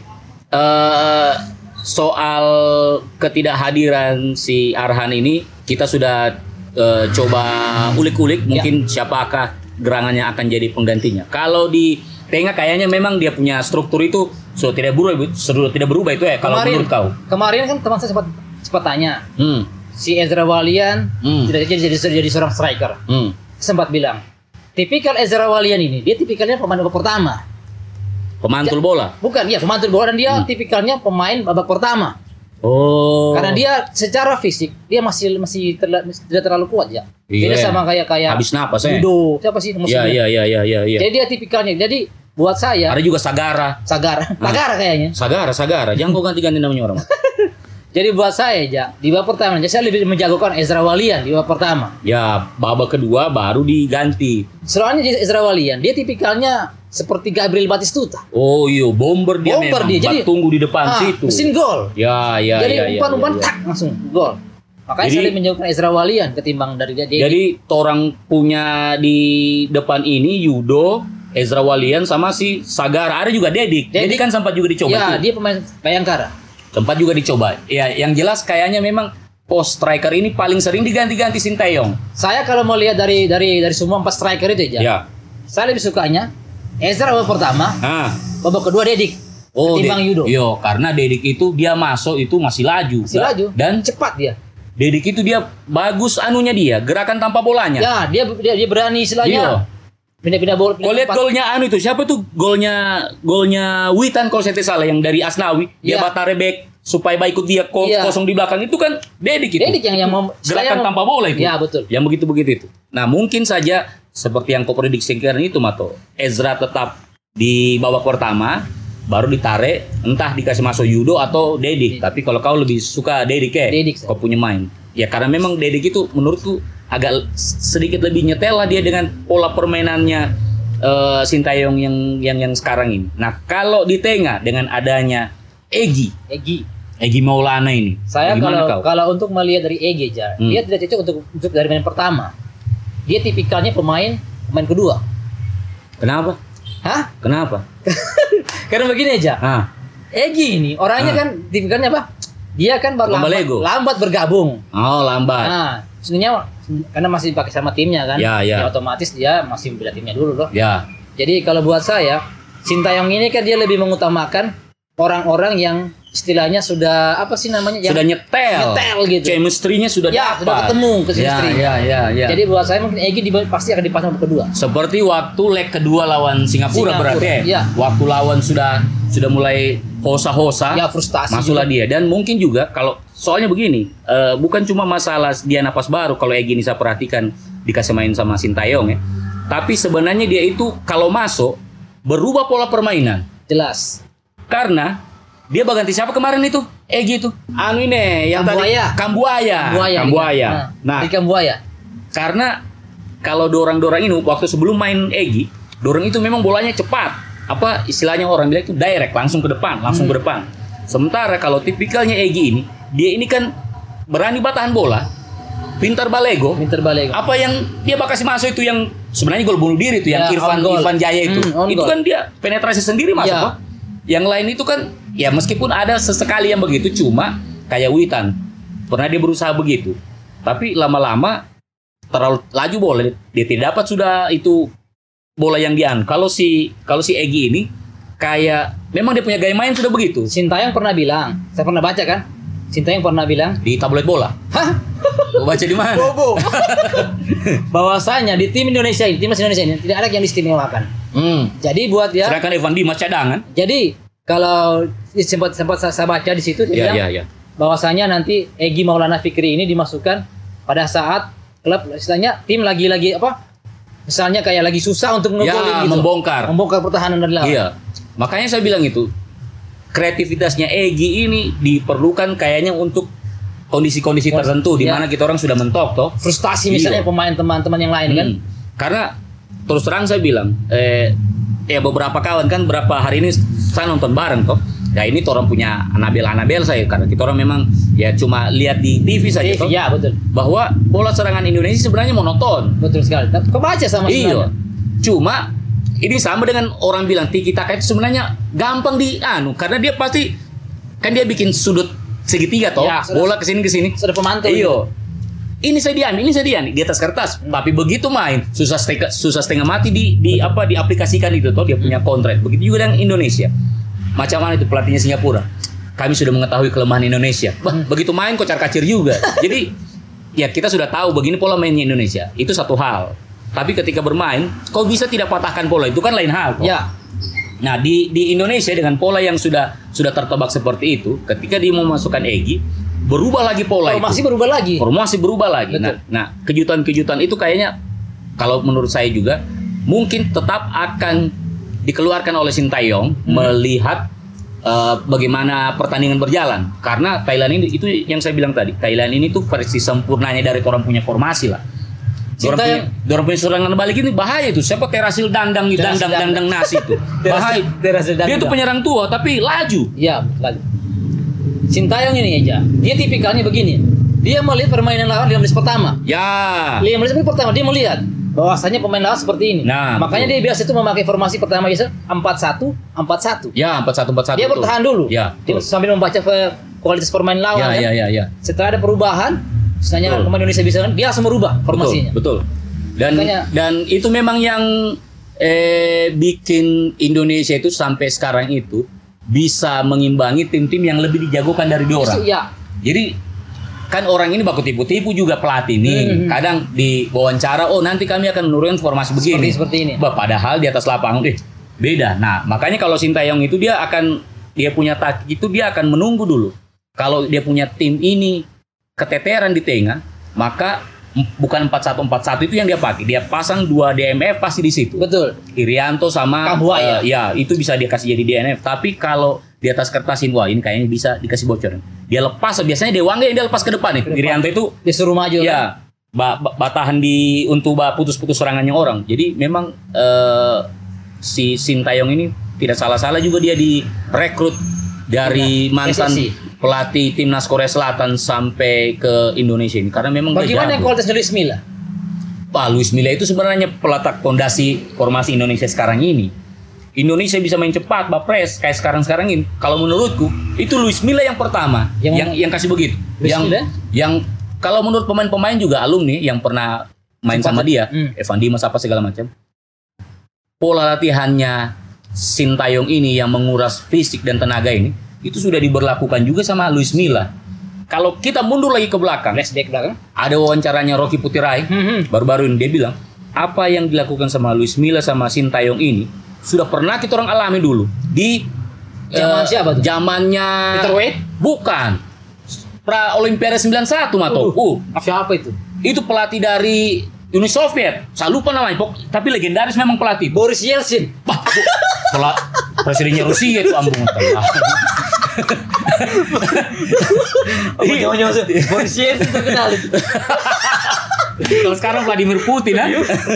eh, soal ketidakhadiran si Arhan ini kita sudah eh, coba ulik-ulik mungkin siapakah gerangannya akan jadi penggantinya. Kalau di tengah kayaknya memang dia punya struktur itu sudah tidak berubah, sudah tidak berubah itu ya kalau Kemarin, menurut kau. kemarin kan teman saya sempat sempat tanya Hmm. si Ezra Walian Hmm. tidak jadi jadi jadi seorang striker. Hmm. Sempat bilang, tipikal Ezra Walian ini dia tipikalnya pemain babak pertama. Pemantul bola. Bukan, iya pemantul bola dan dia Hmm. tipikalnya pemain babak pertama. Oh. Karena dia secara fisik dia masih masih terla- tidak terlalu kuat ya. Iya. Beda sama kayak kayak Habis napas ya. Judo. Siapa sih Iya, musuhnya? iya, iya, iya, iya, iya. Jadi dia tipikalnya. Jadi buat saya Ada juga Sagara. Sagara, Sagara kayaknya. Sagara, Sagara. Jangan kau ganti-ganti namanya orang. Jadi buat saya ya di babak pertama jadi saya lebih menjagokan Ezra Walian di babak pertama. Ya, babak kedua baru diganti. Soalnya Ezra Walian dia tipikalnya seperti Gabriel Batistuta. Oh iya, bomber dia Bomber memang. dia, jadi- Bat tunggu di depan Ah, situ. mesin gol. Ya, ya, Jadi ya, ya, umpan-umpan ya, ya. tak langsung gol. Makanya Jadi- saya lebih menjagokan Ezra Walian ketimbang dari dia. Jadi orang punya di depan ini Yudo, Ezra Walian sama si Sagara. Ada juga Dedik. Dedik Dedik. kan sempat juga dicoba ya, tuh. dia pemain Bayangkara. Sempat juga dicoba. Ya, yang jelas kayaknya memang post striker ini paling sering diganti-ganti Sintayong. Saya kalau mau lihat dari dari dari semua empat striker itu aja. Ya. Saya lebih sukanya Ezra babak pertama, Nah. babak kedua Dedik. Oh, ketimbang De- Yudo. Iya, karena Dedik itu dia masuk itu masih laju. Masih laju. Dan cepat dia. Dedik itu dia bagus anunya dia, gerakan tanpa bolanya. Ya, dia dia, dia berani Iya. istilahnya. Pindah-pindah bola. Kau lihat tempat. golnya anu itu siapa tuh golnya golnya Witan kalau saya tidak salah yang dari Asnawi dia Iya. batare back supaya ikut dia ko- Iya. kosong di belakang itu kan Dedik itu. Dedik yang yang mau Gerakan yang- tanpa bola itu. Ya, betul. Yang begitu-begitu itu. Nah, mungkin saja seperti yang kau prediksikan itu, Mato. Ezra tetap di babak pertama, baru ditarik, entah dikasih masuk Yudo atau Dedik. Tapi kalau kau lebih suka Dedik ya, Dedik, kau punya main. Ya karena memang Dedik itu menurutku agak sedikit lebih nyetel lah dia dengan pola permainannya uh, Sintayong yang yang yang sekarang ini. Nah, kalau di tengah dengan adanya Egy, Egy. Egy Maulana ini. Saya bagaimana kalau kau? kalau untuk melihat dari Egy aja, Hmm. dia tidak cocok untuk untuk dari main pertama. Dia tipikalnya pemain pemain kedua. Kenapa? Hah? Kenapa? Karena begini aja. Ah, Egy ini orangnya Ah. kan tipikalnya apa? Dia kan baru Lomba lambat, Lego. lambat bergabung. oh lambat. Nah, sebenarnya karena masih pakai sama timnya kan, Ya, ya. otomatis dia masih membela timnya dulu loh. Ya, Jadi kalau buat saya, Sintayong ini kan dia lebih mengutamakan orang-orang yang istilahnya sudah apa sih namanya? Yang sudah nyetel. nyetel gitu. Chemistry-nya sudah Ya, dapat. sudah ketemu ke Ya, chemistry. ya, ya, ya. Jadi buat saya mungkin Egy di- pasti akan dipasang babak kedua. Seperti waktu leg kedua lawan Singapura, Singapura, berarti ya. iya. Waktu lawan sudah sudah mulai hosa-hosa. Ya, frustasi Masuklah juga. dia, dan mungkin juga kalau soalnya begini, eh, bukan cuma masalah dia napas baru kalau Egy ini saya perhatikan dikasih main sama Sintayong ya. Tapi sebenarnya dia itu kalau masuk berubah pola permainan. Jelas. Karena dia berganti siapa kemarin itu? Egy itu. Anu ini yang Kambuaya. tadi Kambuaya. Kambuaya. Kambuaya. Nah, Nah, di Kambuaya. karena kalau dorang-dorang ini waktu sebelum main Egy, dorang itu memang bolanya cepat. Apa istilahnya orang bilang itu direct, langsung ke depan, langsung Hmm. ke depan. Sementara kalau tipikalnya Egy ini, dia ini kan berani batahan bola, pintar balego. Minter balik. Apa yang dia bakal kasih masuk itu yang sebenarnya gol bunuh diri itu yang Ya, Irfan on goal. Irfan Jaya itu. Hmm, on itu goal. kan dia penetrasi sendiri masuk Ya. kok. Yang lain itu kan ya meskipun ada sesekali yang begitu cuma kayak Witan. Pernah dia berusaha begitu. Tapi lama-lama terlalu laju bola dia tidak dapat sudah itu bola yang dian. Kalau si kalau si Egy ini kayak memang dia punya gaya main sudah begitu. Sintayong pernah bilang, saya pernah baca kan? Sintayong pernah bilang, Di tabloid bola. hah? Kau baca di mana? Bobo. Bahwasanya di tim Indonesia ini, timnas Indonesia ini tidak ada yang diistimewakan. Hmm. Jadi buat dia, Sedangkan Evan Dimas cadangan. jadi kalau sempat sempat saya saya baca di situ dia Ya bilang ya ya. bahwasanya nanti Egy Maulana Fikri ini dimasukkan pada saat klub istilahnya tim lagi-lagi apa? Misalnya kayak lagi susah untuk Ya, ngegolin gitu. membongkar. Membongkar pertahanan dari lawan. Iya. Makanya saya bilang itu kreativitasnya Egy ini diperlukan kayaknya untuk kondisi-kondisi tertentu di Ya. mana kita orang sudah mentok toh. Frustasi misalnya Iya. pemain teman-teman yang lain kan. Hmm. Karena terus terang saya bilang eh ya beberapa kawan kan berapa hari ini saya nonton bareng toh. Ya ini orang punya Anabel-Anabel saya karena kita orang memang ya cuma lihat di T V saja toh. Ya betul. Bahwa bola serangan Indonesia sebenarnya monoton. Betul sekali. Tapi kau baca sama Iya. sebenarnya. Cuma ini sama dengan orang bilang tiki taka itu sebenarnya gampang di anu karena dia pasti kan dia bikin sudut segitiga toh, Ya, sudah- bola ke sini ke sini. Sudah pemantau. Iyo. Ini saya diambil, ini saya diambil di atas kertas. Tapi begitu main susah setengah, susah setengah mati di di apa diaplikasikan itu toh dia punya kontrak. Begitu juga dengan Indonesia. Macam mana itu pelatihnya Singapura? Kami sudah mengetahui kelemahan Indonesia. Bah, begitu main kocar-kacir juga. Jadi ya kita sudah tahu begini pola mainnya Indonesia. Itu satu hal. Tapi ketika bermain, kau bisa tidak patahkan pola itu kan lain hal. Kok. Ya. Nah di di Indonesia dengan pola yang sudah sudah tertebak seperti itu, ketika dia mau masukkan Egy, berubah lagi pola Formasi itu. berubah lagi. Formasi berubah lagi. Betul. Nah, nah kejutan-kejutan itu kayaknya kalau menurut saya juga mungkin tetap akan dikeluarkan oleh Sintayong Hmm. melihat uh, bagaimana pertandingan berjalan. Karena Thailand ini itu yang saya bilang tadi, Thailand ini tuh versi sempurnanya dari orang punya formasi lah. Orang punya, Sintayong- orang punya serangan balik ini bahaya itu. Siapa Terasil Dandang, Terasil Dandang, Dandang. Dandang nasi itu. Terasil- Bahaya. Terasil Dia Dandang. tuh penyerang tua tapi laju. Ya, betul lagi. Sintayong ini aja. Dia tipikalnya begini. Dia melihat permainan lawan di lima menit pertama. Ya. lima menit pertama dia melihat bahwasanya pemain lawan seperti ini. Nah, makanya betul. dia biasa itu memakai formasi pertama biasa empat satu empat satu. Ya, empat satu empat satu. Dia bertahan dulu. Ya. Dia betul. sambil membaca pe- kualitas permain lawan. Ya, kan. ya, ya, ya. Setelah ada perubahan, misalnya Betul. pemain Indonesia bisa kan, dia langsung merubah formasinya. Betul, betul. Dan Makanya- dan itu memang yang eh, bikin Indonesia itu sampai sekarang itu bisa mengimbangi tim-tim yang lebih dijagokan dari dua orang. Justru, ya. Jadi kan orang ini baku tipu-tipu juga pelatih nih. Hmm. Kadang di wawancara, oh nanti kami akan menurunkan formasi begini. Seperti seperti ini. Bah, padahal di atas lapangan, eh beda. Nah makanya kalau Sintayong itu dia akan dia punya taktik itu dia akan menunggu dulu Kalau dia punya tim ini keteteran di tengah, maka bukan empat satu empat satu itu yang dia pakai. Dia pasang dua D M F pasti di situ. Betul. Irianto sama Kambuaya. uh, ya, itu bisa dia kasih jadi D N F. Tapi kalau di atas kertasin, wah ini kayaknya bisa dikasih bocoran. Dia lepas, biasanya Dewangga yang dia lepas ke depan nih. Irianto itu disuruh maju. ya, ba, ba, batahan di untuk ba, putus-putus serangannya orang. Jadi memang uh, si Sintayong ini tidak salah-salah juga dia direkrut dari mantan pelatih timnas Korea Selatan sampai ke Indonesia ini, karena memang bagaimana kualitas Luis Milla? Pak Luis Milla itu sebenarnya peletak fondasi formasi Indonesia sekarang ini. Indonesia bisa main cepat, bapres kayak sekarang-sekarang ini. Kalau menurutku itu Luis Milla yang pertama, yang yang, yang kasih begitu. Luis yang Milla? yang kalau menurut pemain-pemain juga alumni yang pernah main Cepat. sama dia, hmm. Evan Dimas apa segala macam. Pola latihannya Sintayong ini yang menguras fisik dan tenaga ini, itu sudah diberlakukan juga sama Luis Milla. Kalau kita mundur lagi ke belakang, flashback belakang, ada wawancaranya Rocky Putirai, hmm. baru-baru ini dia bilang, apa yang dilakukan sama Luis Milla sama Sintayong ini sudah pernah kita orang alami dulu di zaman uh, siapa tuh? Zamannya Peter Wade? Bukan. Pra Olimpiade sembilan puluh satu Mato. Uh, uh, siapa itu? Itu pelatih dari Uni Soviet. Saya lupa namanya, tapi legendaris memang pelatih. Boris Yeltsin. Pelat presidennya Rusia itu ambung telah. Iya, Boris Yeltsin terkenal itu. Kalau sekarang Vladimir Putin, ha?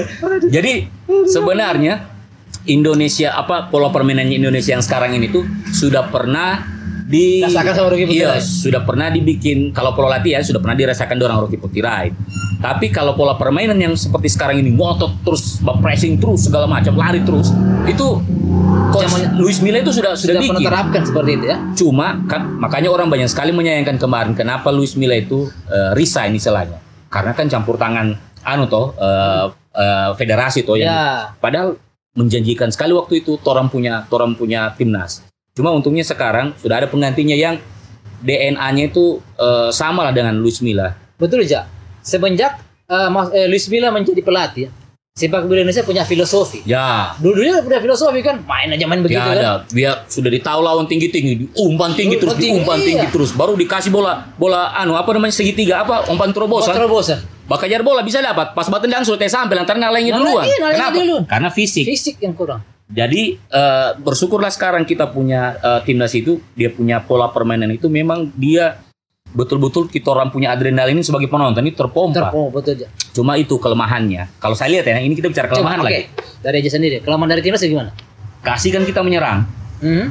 Jadi sebenarnya Indonesia apa pola permainannya Indonesia yang sekarang ini tuh sudah pernah di sama Rocky Putirai. Iya, sudah pernah dibikin. Kalau pola latihan sudah pernah dirasakan orang Rocky Putirai. Tapi kalau pola permainan yang seperti sekarang ini, ngotot terus, pressing terus, segala macam, lari terus, itu Coach Luis Milla itu sudah sudah, sudah bikin. Menerapkan seperti itu ya. Cuma kan makanya orang banyak sekali menyayangkan kemarin kenapa Luis Milla itu uh, resign istilahnya. Karena kan campur tangan anu toh uh, uh, federasi toh yang ya. Padahal menjanjikan sekali waktu itu Toram punya Toram punya timnas. Cuma untungnya sekarang sudah ada penggantinya yang D N A-nya itu uh, sama lah dengan Luis Milla. Betul, Ja. Semenjak uh, Mas, eh, Luis Milla menjadi pelatih, sepak bola Indonesia punya filosofi. Ya. Dulunya punya filosofi kan, main aja main begitu ya, kan. Ada. Dia sudah ditahu lawan tinggi-tinggi, diumpan tinggi terus, tinggi, diumpan iya. tinggi terus, baru dikasih bola bola anu apa namanya segitiga apa umpan terobosan. Terobosan. Bakajar bola bisa dapat, pas batendang sudah sampai lantaran ngalengnya duluan. Iya, Kenapa? Dulu. Karena fisik. Fisik yang kurang. Jadi uh, bersyukurlah sekarang kita punya uh, timnas itu, dia punya pola permainan itu memang dia betul-betul kita orang punya adrenalin sebagai penonton itu terpompa. Terpompa, betul aja. Cuma itu kelemahannya. Kalau saya lihat ya, ini kita bicara kelemahan Coba, lagi. Okay. Dari aja sendiri. Kelemahan dari timnas gimana? Kasih kan kita menyerang. Hmm?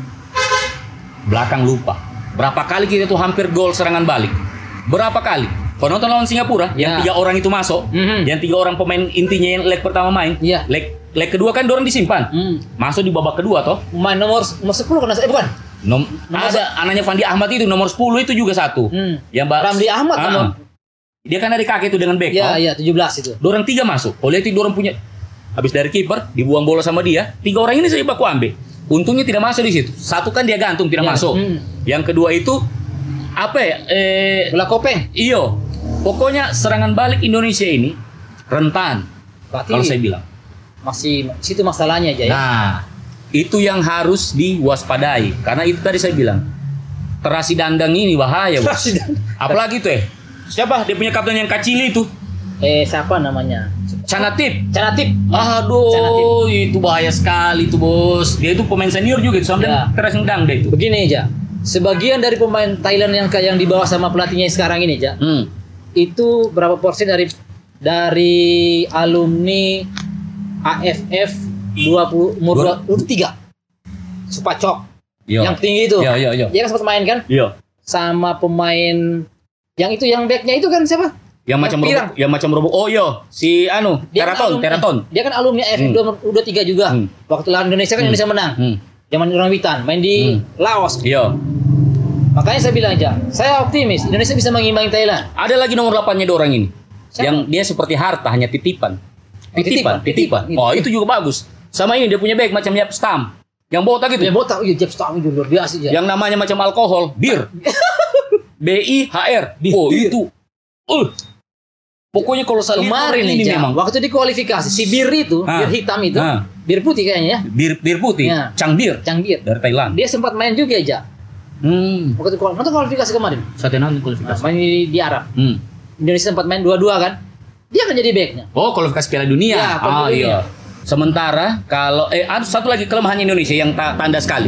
Belakang lupa. Berapa kali kita tuh hampir gol serangan balik? Berapa kali? Penonton lawan Singapura, ya. yang tiga orang itu masuk, mm-hmm. yang tiga orang pemain intinya yang leg pertama main, ya. leg leg kedua kan dorong disimpan, mm. masuk di babak kedua toh. Main nomor nomor sepuluh kan eh bukan? Nom, nomor ada se- anaknya Fandi Ahmad itu nomor sepuluh itu juga satu. Hmm. Yang ba- Ramli Ahmad ah, nomor. Dia kan dari kaki itu dengan back. Iya, oh. iya tujuh belas itu. Dorong tiga masuk. Politik dorong punya habis dari kiper, dibuang bola sama dia. Tiga orang ini saya baku ambil. Untungnya tidak masuk di situ. Satu kan dia gantung tidak ya. masuk. Hmm. Yang kedua itu apa ya? Eh bola kopeng. Iyo. Pokoknya serangan balik Indonesia ini rentan. Berarti kalau saya bilang masih situ masalahnya aja ya. Nah, itu yang harus diwaspadai. Karena itu tadi saya bilang terasi dandang ini bahaya, Bos. Apalagi tuh eh. Siapa? Dia punya kapten yang kecil itu. Eh, siapa namanya? Canatip. Canatip. Aduh, Canatip. Itu bahaya sekali tuh, Bos. Dia itu pemain senior juga itu sampai ya. terasi dandang deh itu. Begini aja. Sebagian dari pemain Thailand yang yang dibawa sama pelatihnya sekarang ini, Ja. Hmm. Itu berapa persen dari dari alumni A F F dua puluh umur dua puluh tiga Supacok yo. yang tinggi itu yo, yo, yo. dia kan sempat main kan yo. sama pemain yang itu yang backnya itu kan siapa yang, yang macam robok yang macam robok oh yo si anu dia Teraton kan Teraton dia kan alumni A F F hmm. U dua puluh tiga juga hmm. waktu lawan Indonesia kan hmm. Indonesia menang hmm. zaman orang Witan main di hmm. Laos yo. Makanya saya bilang aja saya optimis Indonesia bisa mengimbangi Thailand. Ada lagi nomor delapan-nya orang ini siapa? Yang dia seperti harta hanya titipan. Titipan, titipan. titipan. Oh, itu juga bagus. Sama ini dia punya bag macam Yap Stam. Yang botak itu. Yang botak, iya Yap Stam itu luar biasa ya. Yang namanya macam alkohol, bir. B I H R. Oh, bir. Itu. Uh. Pokoknya kalau saya kemarin ini memang waktu di kualifikasi si bir itu, ha. bir hitam itu, ha. bir putih kayaknya ya. Bir bir putih. Ya. Chang Bir. Chang Bir dari Thailand. Dia sempat main juga aja. Hmm. Waktu itu nonton kualifikasi kemarin. Saya nonton kualifikasi. Nah, main di, di Arab. Hmm. Indonesia sempat main dua-dua kan. Dia akan jadi backnya. Oh, kualifikasi Piala Dunia. Ya, oh Piala Dunia. iya. Sementara kalau eh ada satu lagi kelemahan Indonesia yang ta- tanda sekali.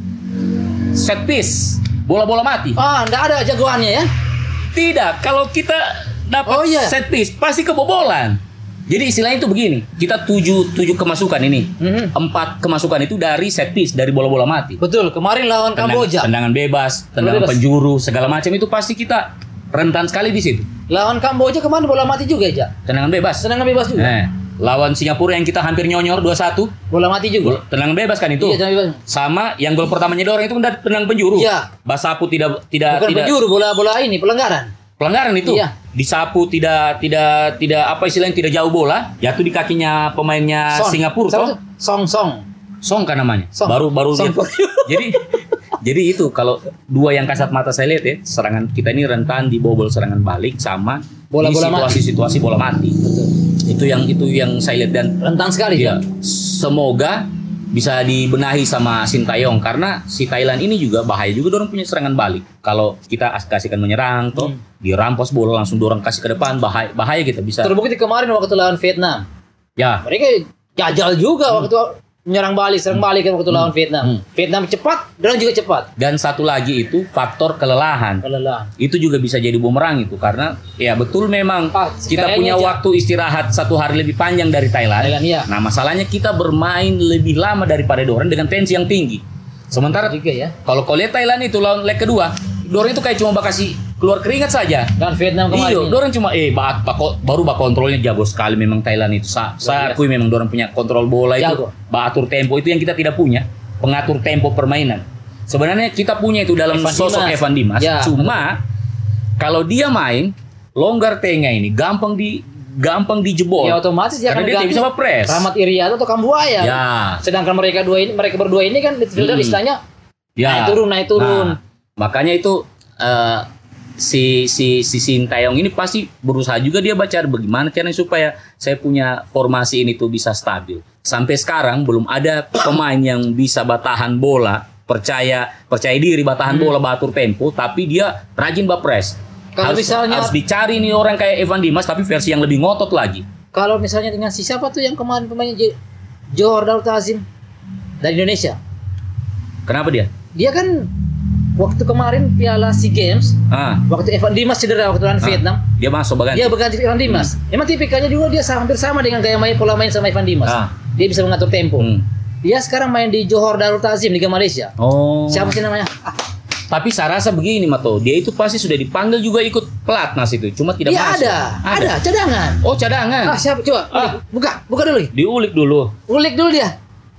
Set piece, bola-bola mati. Ah, enggak ada jagoannya ya. Tidak, kalau kita dapat Oh, iya. set piece pasti kebobolan. Jadi istilahnya itu begini, kita tujuh tujuh kemasukan ini, Mhm. empat kemasukan itu dari set piece, dari bola-bola mati. Betul, kemarin lawan Tendang- Kamboja. Tendangan bebas, tendangan Bebas. penjuru, segala macam itu pasti kita rentan sekali di situ. Lawan Kamboja kemarin bola mati juga ya. Tendangan bebas. Tendangan bebas juga. Nah, lawan Singapura yang kita hampir nyonyor dua satu, Bola mati juga. tendangan bebas kan itu. Iya, tendangan bebas. Sama yang gol pertamanya dorong itu kan tendangan penjuru. Iya. Basapu tidak tidak Bukan tidak penjuru, bola-bola ini pelanggaran. pelanggaran itu. Iya. Disapu tidak tidak tidak apa istilahnya tidak jauh bola, jatuh di kakinya pemainnya Son. Singapura Siapa toh. tuh? Song Song. Song kan namanya. Song. Baru baru Song. dia- jadi jadi itu kalau dua yang kasat mata saya lihat ya, serangan kita ini rentan dibobol serangan balik sama Bola-bola di situasi-situasi bola mati. Betul. Itu yang itu yang saya lihat dan Rentan sekali ya, ya. semoga bisa dibenahi sama Sintayong karena si Thailand ini juga bahaya juga dorong punya serangan balik. Kalau kita as- kasihkan menyerang toh, Hmm. dirampos bola langsung dorong kasih ke depan bahaya bahaya kita bisa. Terbukti kemarin waktu lawan Vietnam. Ya, Mereka jajal juga waktu menyerang balik, serang balik kan waktu lawan Vietnam. Hmm. Vietnam cepat, dan juga cepat. dan satu lagi itu faktor kelelahan. Kelelahan. Itu juga bisa jadi bumerang itu karena ya betul memang Ah, kita kayaknya punya aja. waktu istirahat satu hari lebih panjang dari Thailand. Thailand, iya. Nah masalahnya kita bermain lebih lama daripada Doran dengan tensi yang tinggi. Sementara Juga ya. kalau kau lihat Thailand itu lawan leg kedua, Doran itu kayak cuma bakasi keluar keringat saja. Dan Vietnam Iya, kemarin. Doran cuma eh bak, bak- baru bak kontrolnya jago sekali memang Thailand itu. Sa, saya akui memang Doran punya kontrol bola itu, Jago. bak atur tempo itu yang kita tidak punya, pengatur tempo permainan. Sebenarnya kita punya itu dalam Evan sosok Dimas. Evan Dimas. Ya, Cuma kalau dia main longgar tengah ini gampang di gampang dijebol. Ya otomatis dia karena akan dia tidak ganti bisa press. Rahmat Irianto atau Kambuaya. Ya. Sedangkan mereka dua ini, mereka berdua ini kan midfielder Hmm. istilahnya Ya. naik turun, naik turun. Nah, makanya itu eh, si si si Sintayong ini pasti berusaha juga dia baca bagaimana caranya supaya saya punya formasi ini tuh bisa stabil. Sampai sekarang belum ada pemain yang bisa batahan bola, percaya percaya diri batahan bola, batur tempo, tapi dia rajin bapres. Kalau harus, misalnya- harus dicari nih orang kayak Evan Dimas tapi versi yang lebih ngotot lagi. Kalau misalnya dengan si siapa tuh yang kemarin pemainnya J- Johor Darul Tazim dari Indonesia. Kenapa dia? Dia kan waktu kemarin Piala SEA Games, Ah, waktu Evan Dimas cedera waktu lawan ah, Vietnam, dia masuk bagan. dia berganti Evan Dimas. Emang tipikalnya juga dia sama- hampir sama dengan gaya main pola main sama Evan Dimas. Ah. Dia bisa mengatur tempo. Hmm. Dia sekarang main di Johor Darul Tazim Liga Malaysia. Oh. Siapa sih namanya? Ah, Tapi saya rasa begini Mato, dia itu pasti sudah dipanggil juga ikut pelatnas itu, cuma tidak dia masuk. ada, ada, cadangan. Oh cadangan. Ah, siapa? Coba, Ah. ulik. buka, buka dulu. Diulik dulu. Ulik dulu dia.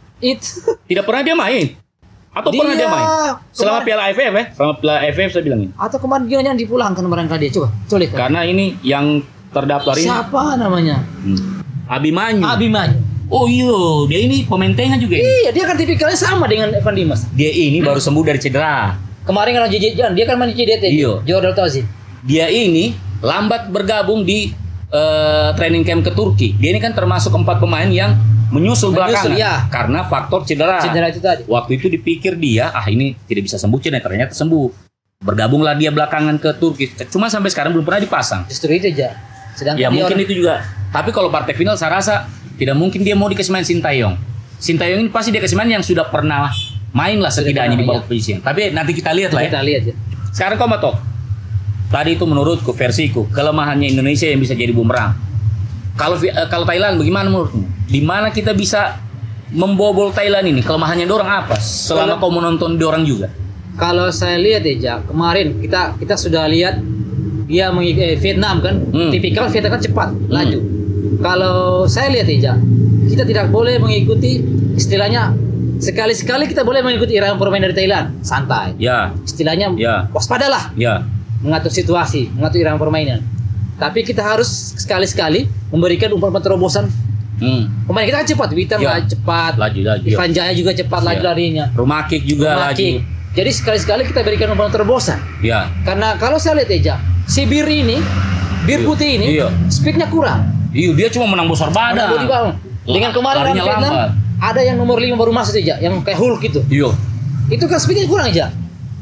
Itu Tidak pernah dia main. Atau Dia pernah dia main? Selama kemarin- Piala A F F ya? Selama Piala A F F saya bilang ini. atau kemarin dia yang dipulangkan barangkali dia. Coba, culik. Karena ini yang terdaftar ini Siapa namanya? hmm, Abimanyu. Abimanyu. Oh iya, dia ini pemain tengah juga ini. Iya, dia kan tipikalnya sama dengan Evan Dimas. Dia ini baru sembuh dari cedera. Kemarin kan J J Jan, dia kan main di J D T. Iya. Johor Darul Tazim. Dia ini lambat bergabung di eh, training camp ke Turki. Dia ini kan termasuk empat pemain yang menyusul, Menyusul, belakangan ya. karena faktor cedera. Cedera itu tadi. Waktu itu dipikir dia, ah ini tidak bisa sembuh cedera, ternyata sembuh. Bergabunglah dia belakangan ke Turki. Cuma sampai sekarang belum pernah dipasang. Justru itu aja. Sedangkan Ya dia mungkin orang- itu juga. Tapi kalau partai final saya rasa tidak mungkin dia mau dikasih main Sintayong. Sintayong ini pasti dia kasih main yang sudah pernah main lah setidaknya pernah, di bawah iya. posisi. Tapi nanti kita lihat lah ya. kita lihat ya. Sekarang kau Mato. Tadi itu menurutku versiku kelemahannya Indonesia yang bisa jadi bumerang. Kalau Vi- eh, kalau Thailand bagaimana menurutmu? Di mana kita bisa membobol Thailand ini? Kelemahannya dorang apa? Selama Kalau- kau menonton dorang juga. Kalau saya lihat ya, Jak, kemarin kita kita sudah lihat dia mengik- eh, Vietnam kan, Hmm. tipikal Vietnam kan cepat, laju. Kalau saya lihat ya, Jak, kita tidak boleh mengikuti istilahnya sekali-sekali kita boleh mengikuti irama permainan dari Thailand, santai. Ya, Istilahnya Ya. waspadalah ya. mengatur situasi, mengatur irama permainan. Tapi kita harus sekali-sekali memberikan umpan-umpan terobosan. Hmm. Pemain kita kan cepat, Witan Ya. lah cepat, Laju laju. Ivan Jaya juga cepat laju Ya. larinya. Rumah kick juga Rumah laju. kick. Jadi sekali-sekali kita berikan umpan terobosan. Ya. Karena kalau saya lihat aja, si bir ini, bir Iya. putih ini, Iya. speednya kurang. Iya, dia cuma menang besar badan. Menang di bawah. Dengan kemarin lawan Larinya Vietnam, lambat. ada yang nomor lima baru masuk aja, yang kayak Hulk gitu. Iya. Itu kan speednya kurang aja.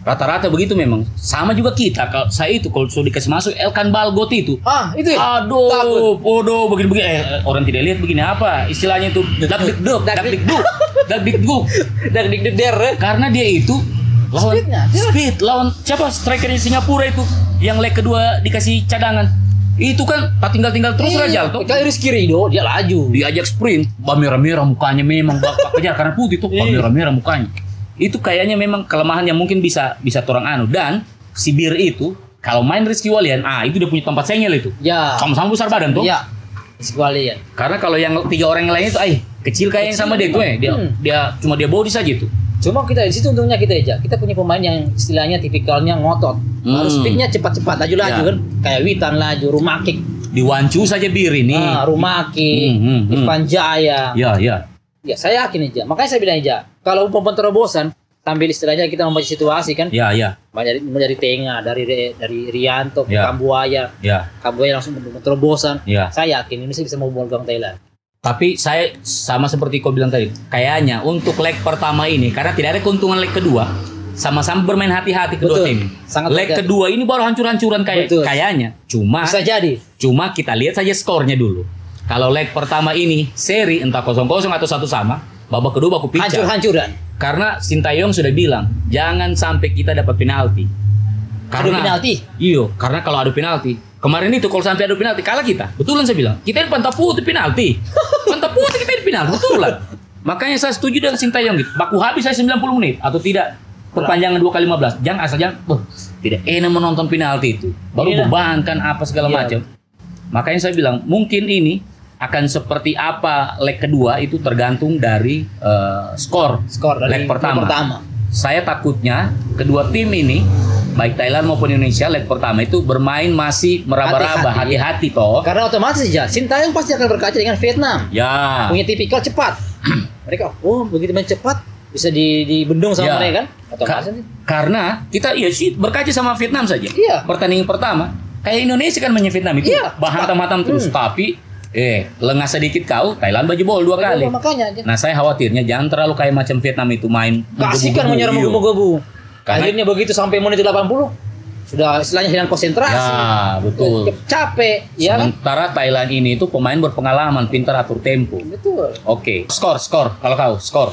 Rata-rata begitu memang. Sama juga kita. Kalau saya itu kalau sudah dikasih masuk Elkan Balgot itu. Ah, itu ya? Aduh, Takut. bodoh begini-begini. Eh, orang tidak lihat begini apa? Istilahnya itu dak dik duk, dak dik duk, dak dik duk. Dak dik dik der. Karena dia itu lawan Speednya, dia- speed, lawan siapa strikernya Singapura itu yang leg kedua dikasih cadangan. Itu kan tak tinggal-tinggal terus Rajal tuh. Kayak Rizky Ridho, dia laju. Diajak sprint, bah merah-merah mukanya memang bak kejar karena putih tuh, bah merah-merah mukanya. Itu kayaknya memang kelemahan yang mungkin bisa bisa orang anu dan si Bir itu kalau main Rizky Walian, ah itu dia punya tempat sengel itu. Ya. Sama-sama besar badan tuh. Iya. Rizky Walian. Karena kalau yang tiga orang yang lain itu, eh kecil kayaknya sama dia tuh, eh dia Hmm. dia cuma dia body saja tuh. Cuma kita di situ untungnya kita aja. Kita punya pemain yang istilahnya tipikalnya ngotot. Harus Hmm. speednya cepat-cepat laju-laju Ya. kan. Kayak Witan laju, Rumakik. Diwancu saja Bir ini. Ah, Rumakik, Hmm, hmm, hmm. Irfan Jaya. Ya, ya. Ya, saya yakin aja. Makanya saya bilang aja, kalau umpama terobosan sambil istilahnya kita membaca situasi kan, Ya, ya. mau dari mau dari Tenga, dari dari Rianto, Ya. Kambuaya, Ya. Kambuaya langsung terobosan. Ya. Saya yakin Indonesia bisa membobol gawang Thailand. Tapi saya sama seperti kau bilang tadi, kayaknya untuk leg pertama ini karena tidak ada keuntungan leg kedua, sama-sama bermain hati-hati kedua Betul. tim. Sangat leg hati-hati. kedua ini baru hancur-hancuran kayak Betul. kayaknya. Cuma Bisa jadi. cuma kita lihat saja skornya dulu. Kalau leg pertama ini seri entah kosong kosong atau satu sama, babak kedua baku pecah. Hancur-hancuran. Karena Sintayong sudah bilang, jangan sampai kita dapat penalti. Adu penalti? Iya, karena kalau adu penalti, kemarin itu kalau sampai adu penalti kalah kita. Betulan saya bilang, kita di Pantai Putih penalti. Pantai Putih kita di penalti, betulan. Makanya saya setuju dengan Sintayong gitu. Baku habis saya sembilan puluh menit atau tidak perpanjangan dua kali lima belas. Jangan asal jangan, oh, tidak enak menonton penalti itu. Baru Iya. bebankan apa segala Iya. macam. Makanya saya bilang, mungkin ini akan seperti apa leg kedua itu tergantung dari eh, skor, Skor dari leg pertama. leg pertama. Saya takutnya kedua tim ini baik Thailand maupun Indonesia leg pertama itu bermain masih meraba-raba, Hati-hati, hati-hati toh. Karena otomatis aja Sintayong pasti akan berkaca dengan Vietnam. Ya. Punya tipikal cepat. Mereka, oh begitu main cepat bisa di dibendung sama Ya. mereka kan? Otomatis Ka- nanti. karena kita ya sih berkaca sama Vietnam saja. Iya. Pertandingan pertama kayak Indonesia kan mainnya Vietnam itu Iya, bahantam-hantam terus, Hmm. tapi eh lengah sedikit kau Thailand baju bol dua kali. Makanya aja. Nah saya khawatirnya jangan terlalu kayak macam Vietnam itu main Kasihkan menggebu-gebu. menyerang Iya. menggebu-gebu. Karena- Akhirnya begitu sampai menit delapan puluh sudah istilahnya hilang konsentrasi. Ya betul. Capek, ya kan? Sementara Thailand ini itu pemain berpengalaman, pintar atur tempo. Betul. Oke, skor, skor. Kalau kau, skor.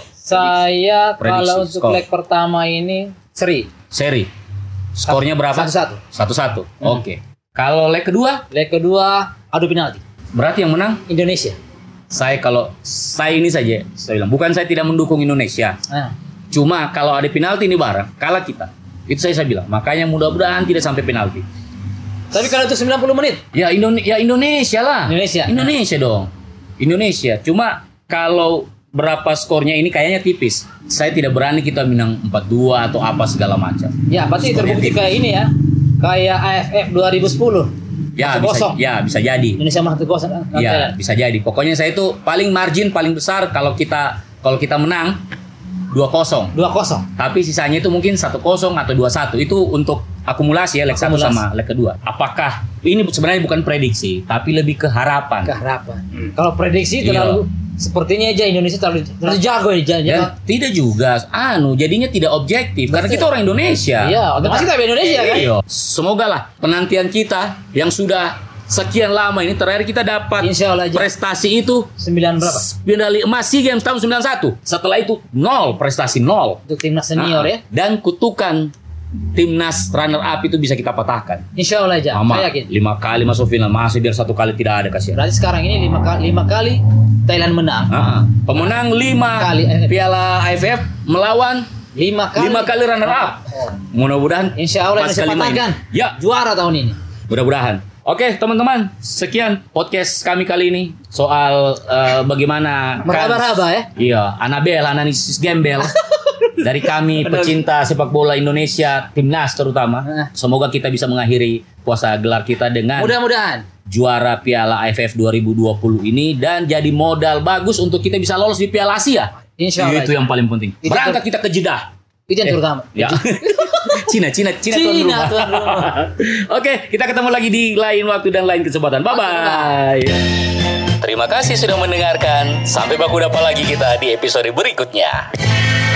Saya Prediksi, kalau untuk skor. leg pertama ini seri Seri. Skornya berapa? Satu-satu. Satu-satu. Hmm. Oke. Kalau leg kedua, Leg kedua adu penalti berarti yang menang Indonesia. saya. Kalau saya ini saja, saya bilang bukan saya tidak mendukung Indonesia. Nah, Cuma kalau ada penalti ini bareng, kalah kita. Itu saya saya bilang. Makanya mudah-mudahan tidak sampai penalti. tapi kalau untuk sembilan puluh menit Ya, Indo- ya Indonesia lah. Indonesia. Indonesia dong. Indonesia. Cuma kalau berapa skornya ini kayaknya tipis. Saya tidak berani kita menang empat dua atau apa segala macam. ya pasti Skornya terbukti tipis. kayak ini ya. Kayak A F F dua ribu sepuluh. Ya Satu bisa, kosong. ya bisa jadi. Indonesia mah satu kosong. Ya bisa jadi. Pokoknya saya itu paling margin paling besar kalau kita kalau kita menang dua kosong. dua kosong. Tapi sisanya itu mungkin satu kosong atau dua satu. Itu untuk akumulasi ya leg satu Akumulasi. sama leg kedua. Apakah ini sebenarnya bukan prediksi, tapi lebih ke harapan. Keharapan. Kalau prediksi Iya. terlalu sepertinya aja Indonesia terlalu, terlalu jago ya jangan. Dan tidak juga, anu jadinya tidak objektif karena Betul. kita orang Indonesia. Iya, otomatis kita Indonesia kan. Iya. Semoga lah penantian kita yang sudah sekian lama ini terakhir kita dapat Insya Allah aja. prestasi itu Sembilan berapa? medali emas SEA Games tahun sembilan puluh satu. Setelah itu nol prestasi nol. Untuk timnas senior Ah, ya. Dan kutukan timnas runner up itu bisa kita patahkan. Insya Allah aja. Sama Saya yakin. lima kali masuk final masih biar satu kali tidak ada kasihan. Berarti sekarang ini lima kali, lima kali Thailand menang. Ah, ah. Pemenang lima Kali, eh, Piala A F F melawan Lima kali. lima kali runner up. Oh. Mudah-mudahan Insya Allah pas Indonesia kelima ini. patahkan. Ya, Juara tahun ini. mudah-mudahan. Oke, teman-teman, sekian podcast kami kali ini soal eh, bagaimana Meraba-raba ya. Iya, Anabel, analisis gembel dari kami pecinta sepak bola Indonesia, timnas terutama. Nah. Semoga kita bisa mengakhiri puasa gelar kita dengan Mudah-mudahan. juara Piala A F F dua ribu dua puluh ini dan jadi modal bagus untuk kita bisa lolos di Piala Asia. Insya Allah. Itu yang paling penting. Itu Berangkat kita ke Jeddah. Itu yang Eh, terutama. Ya. Cina, Cina, Cina, tuan Cina, rumah. tuan rumah. Oke, kita ketemu lagi di lain waktu dan lain kesempatan. Bye bye. Terima kasih sudah mendengarkan. Sampai baku dapat lagi kita di episode berikutnya.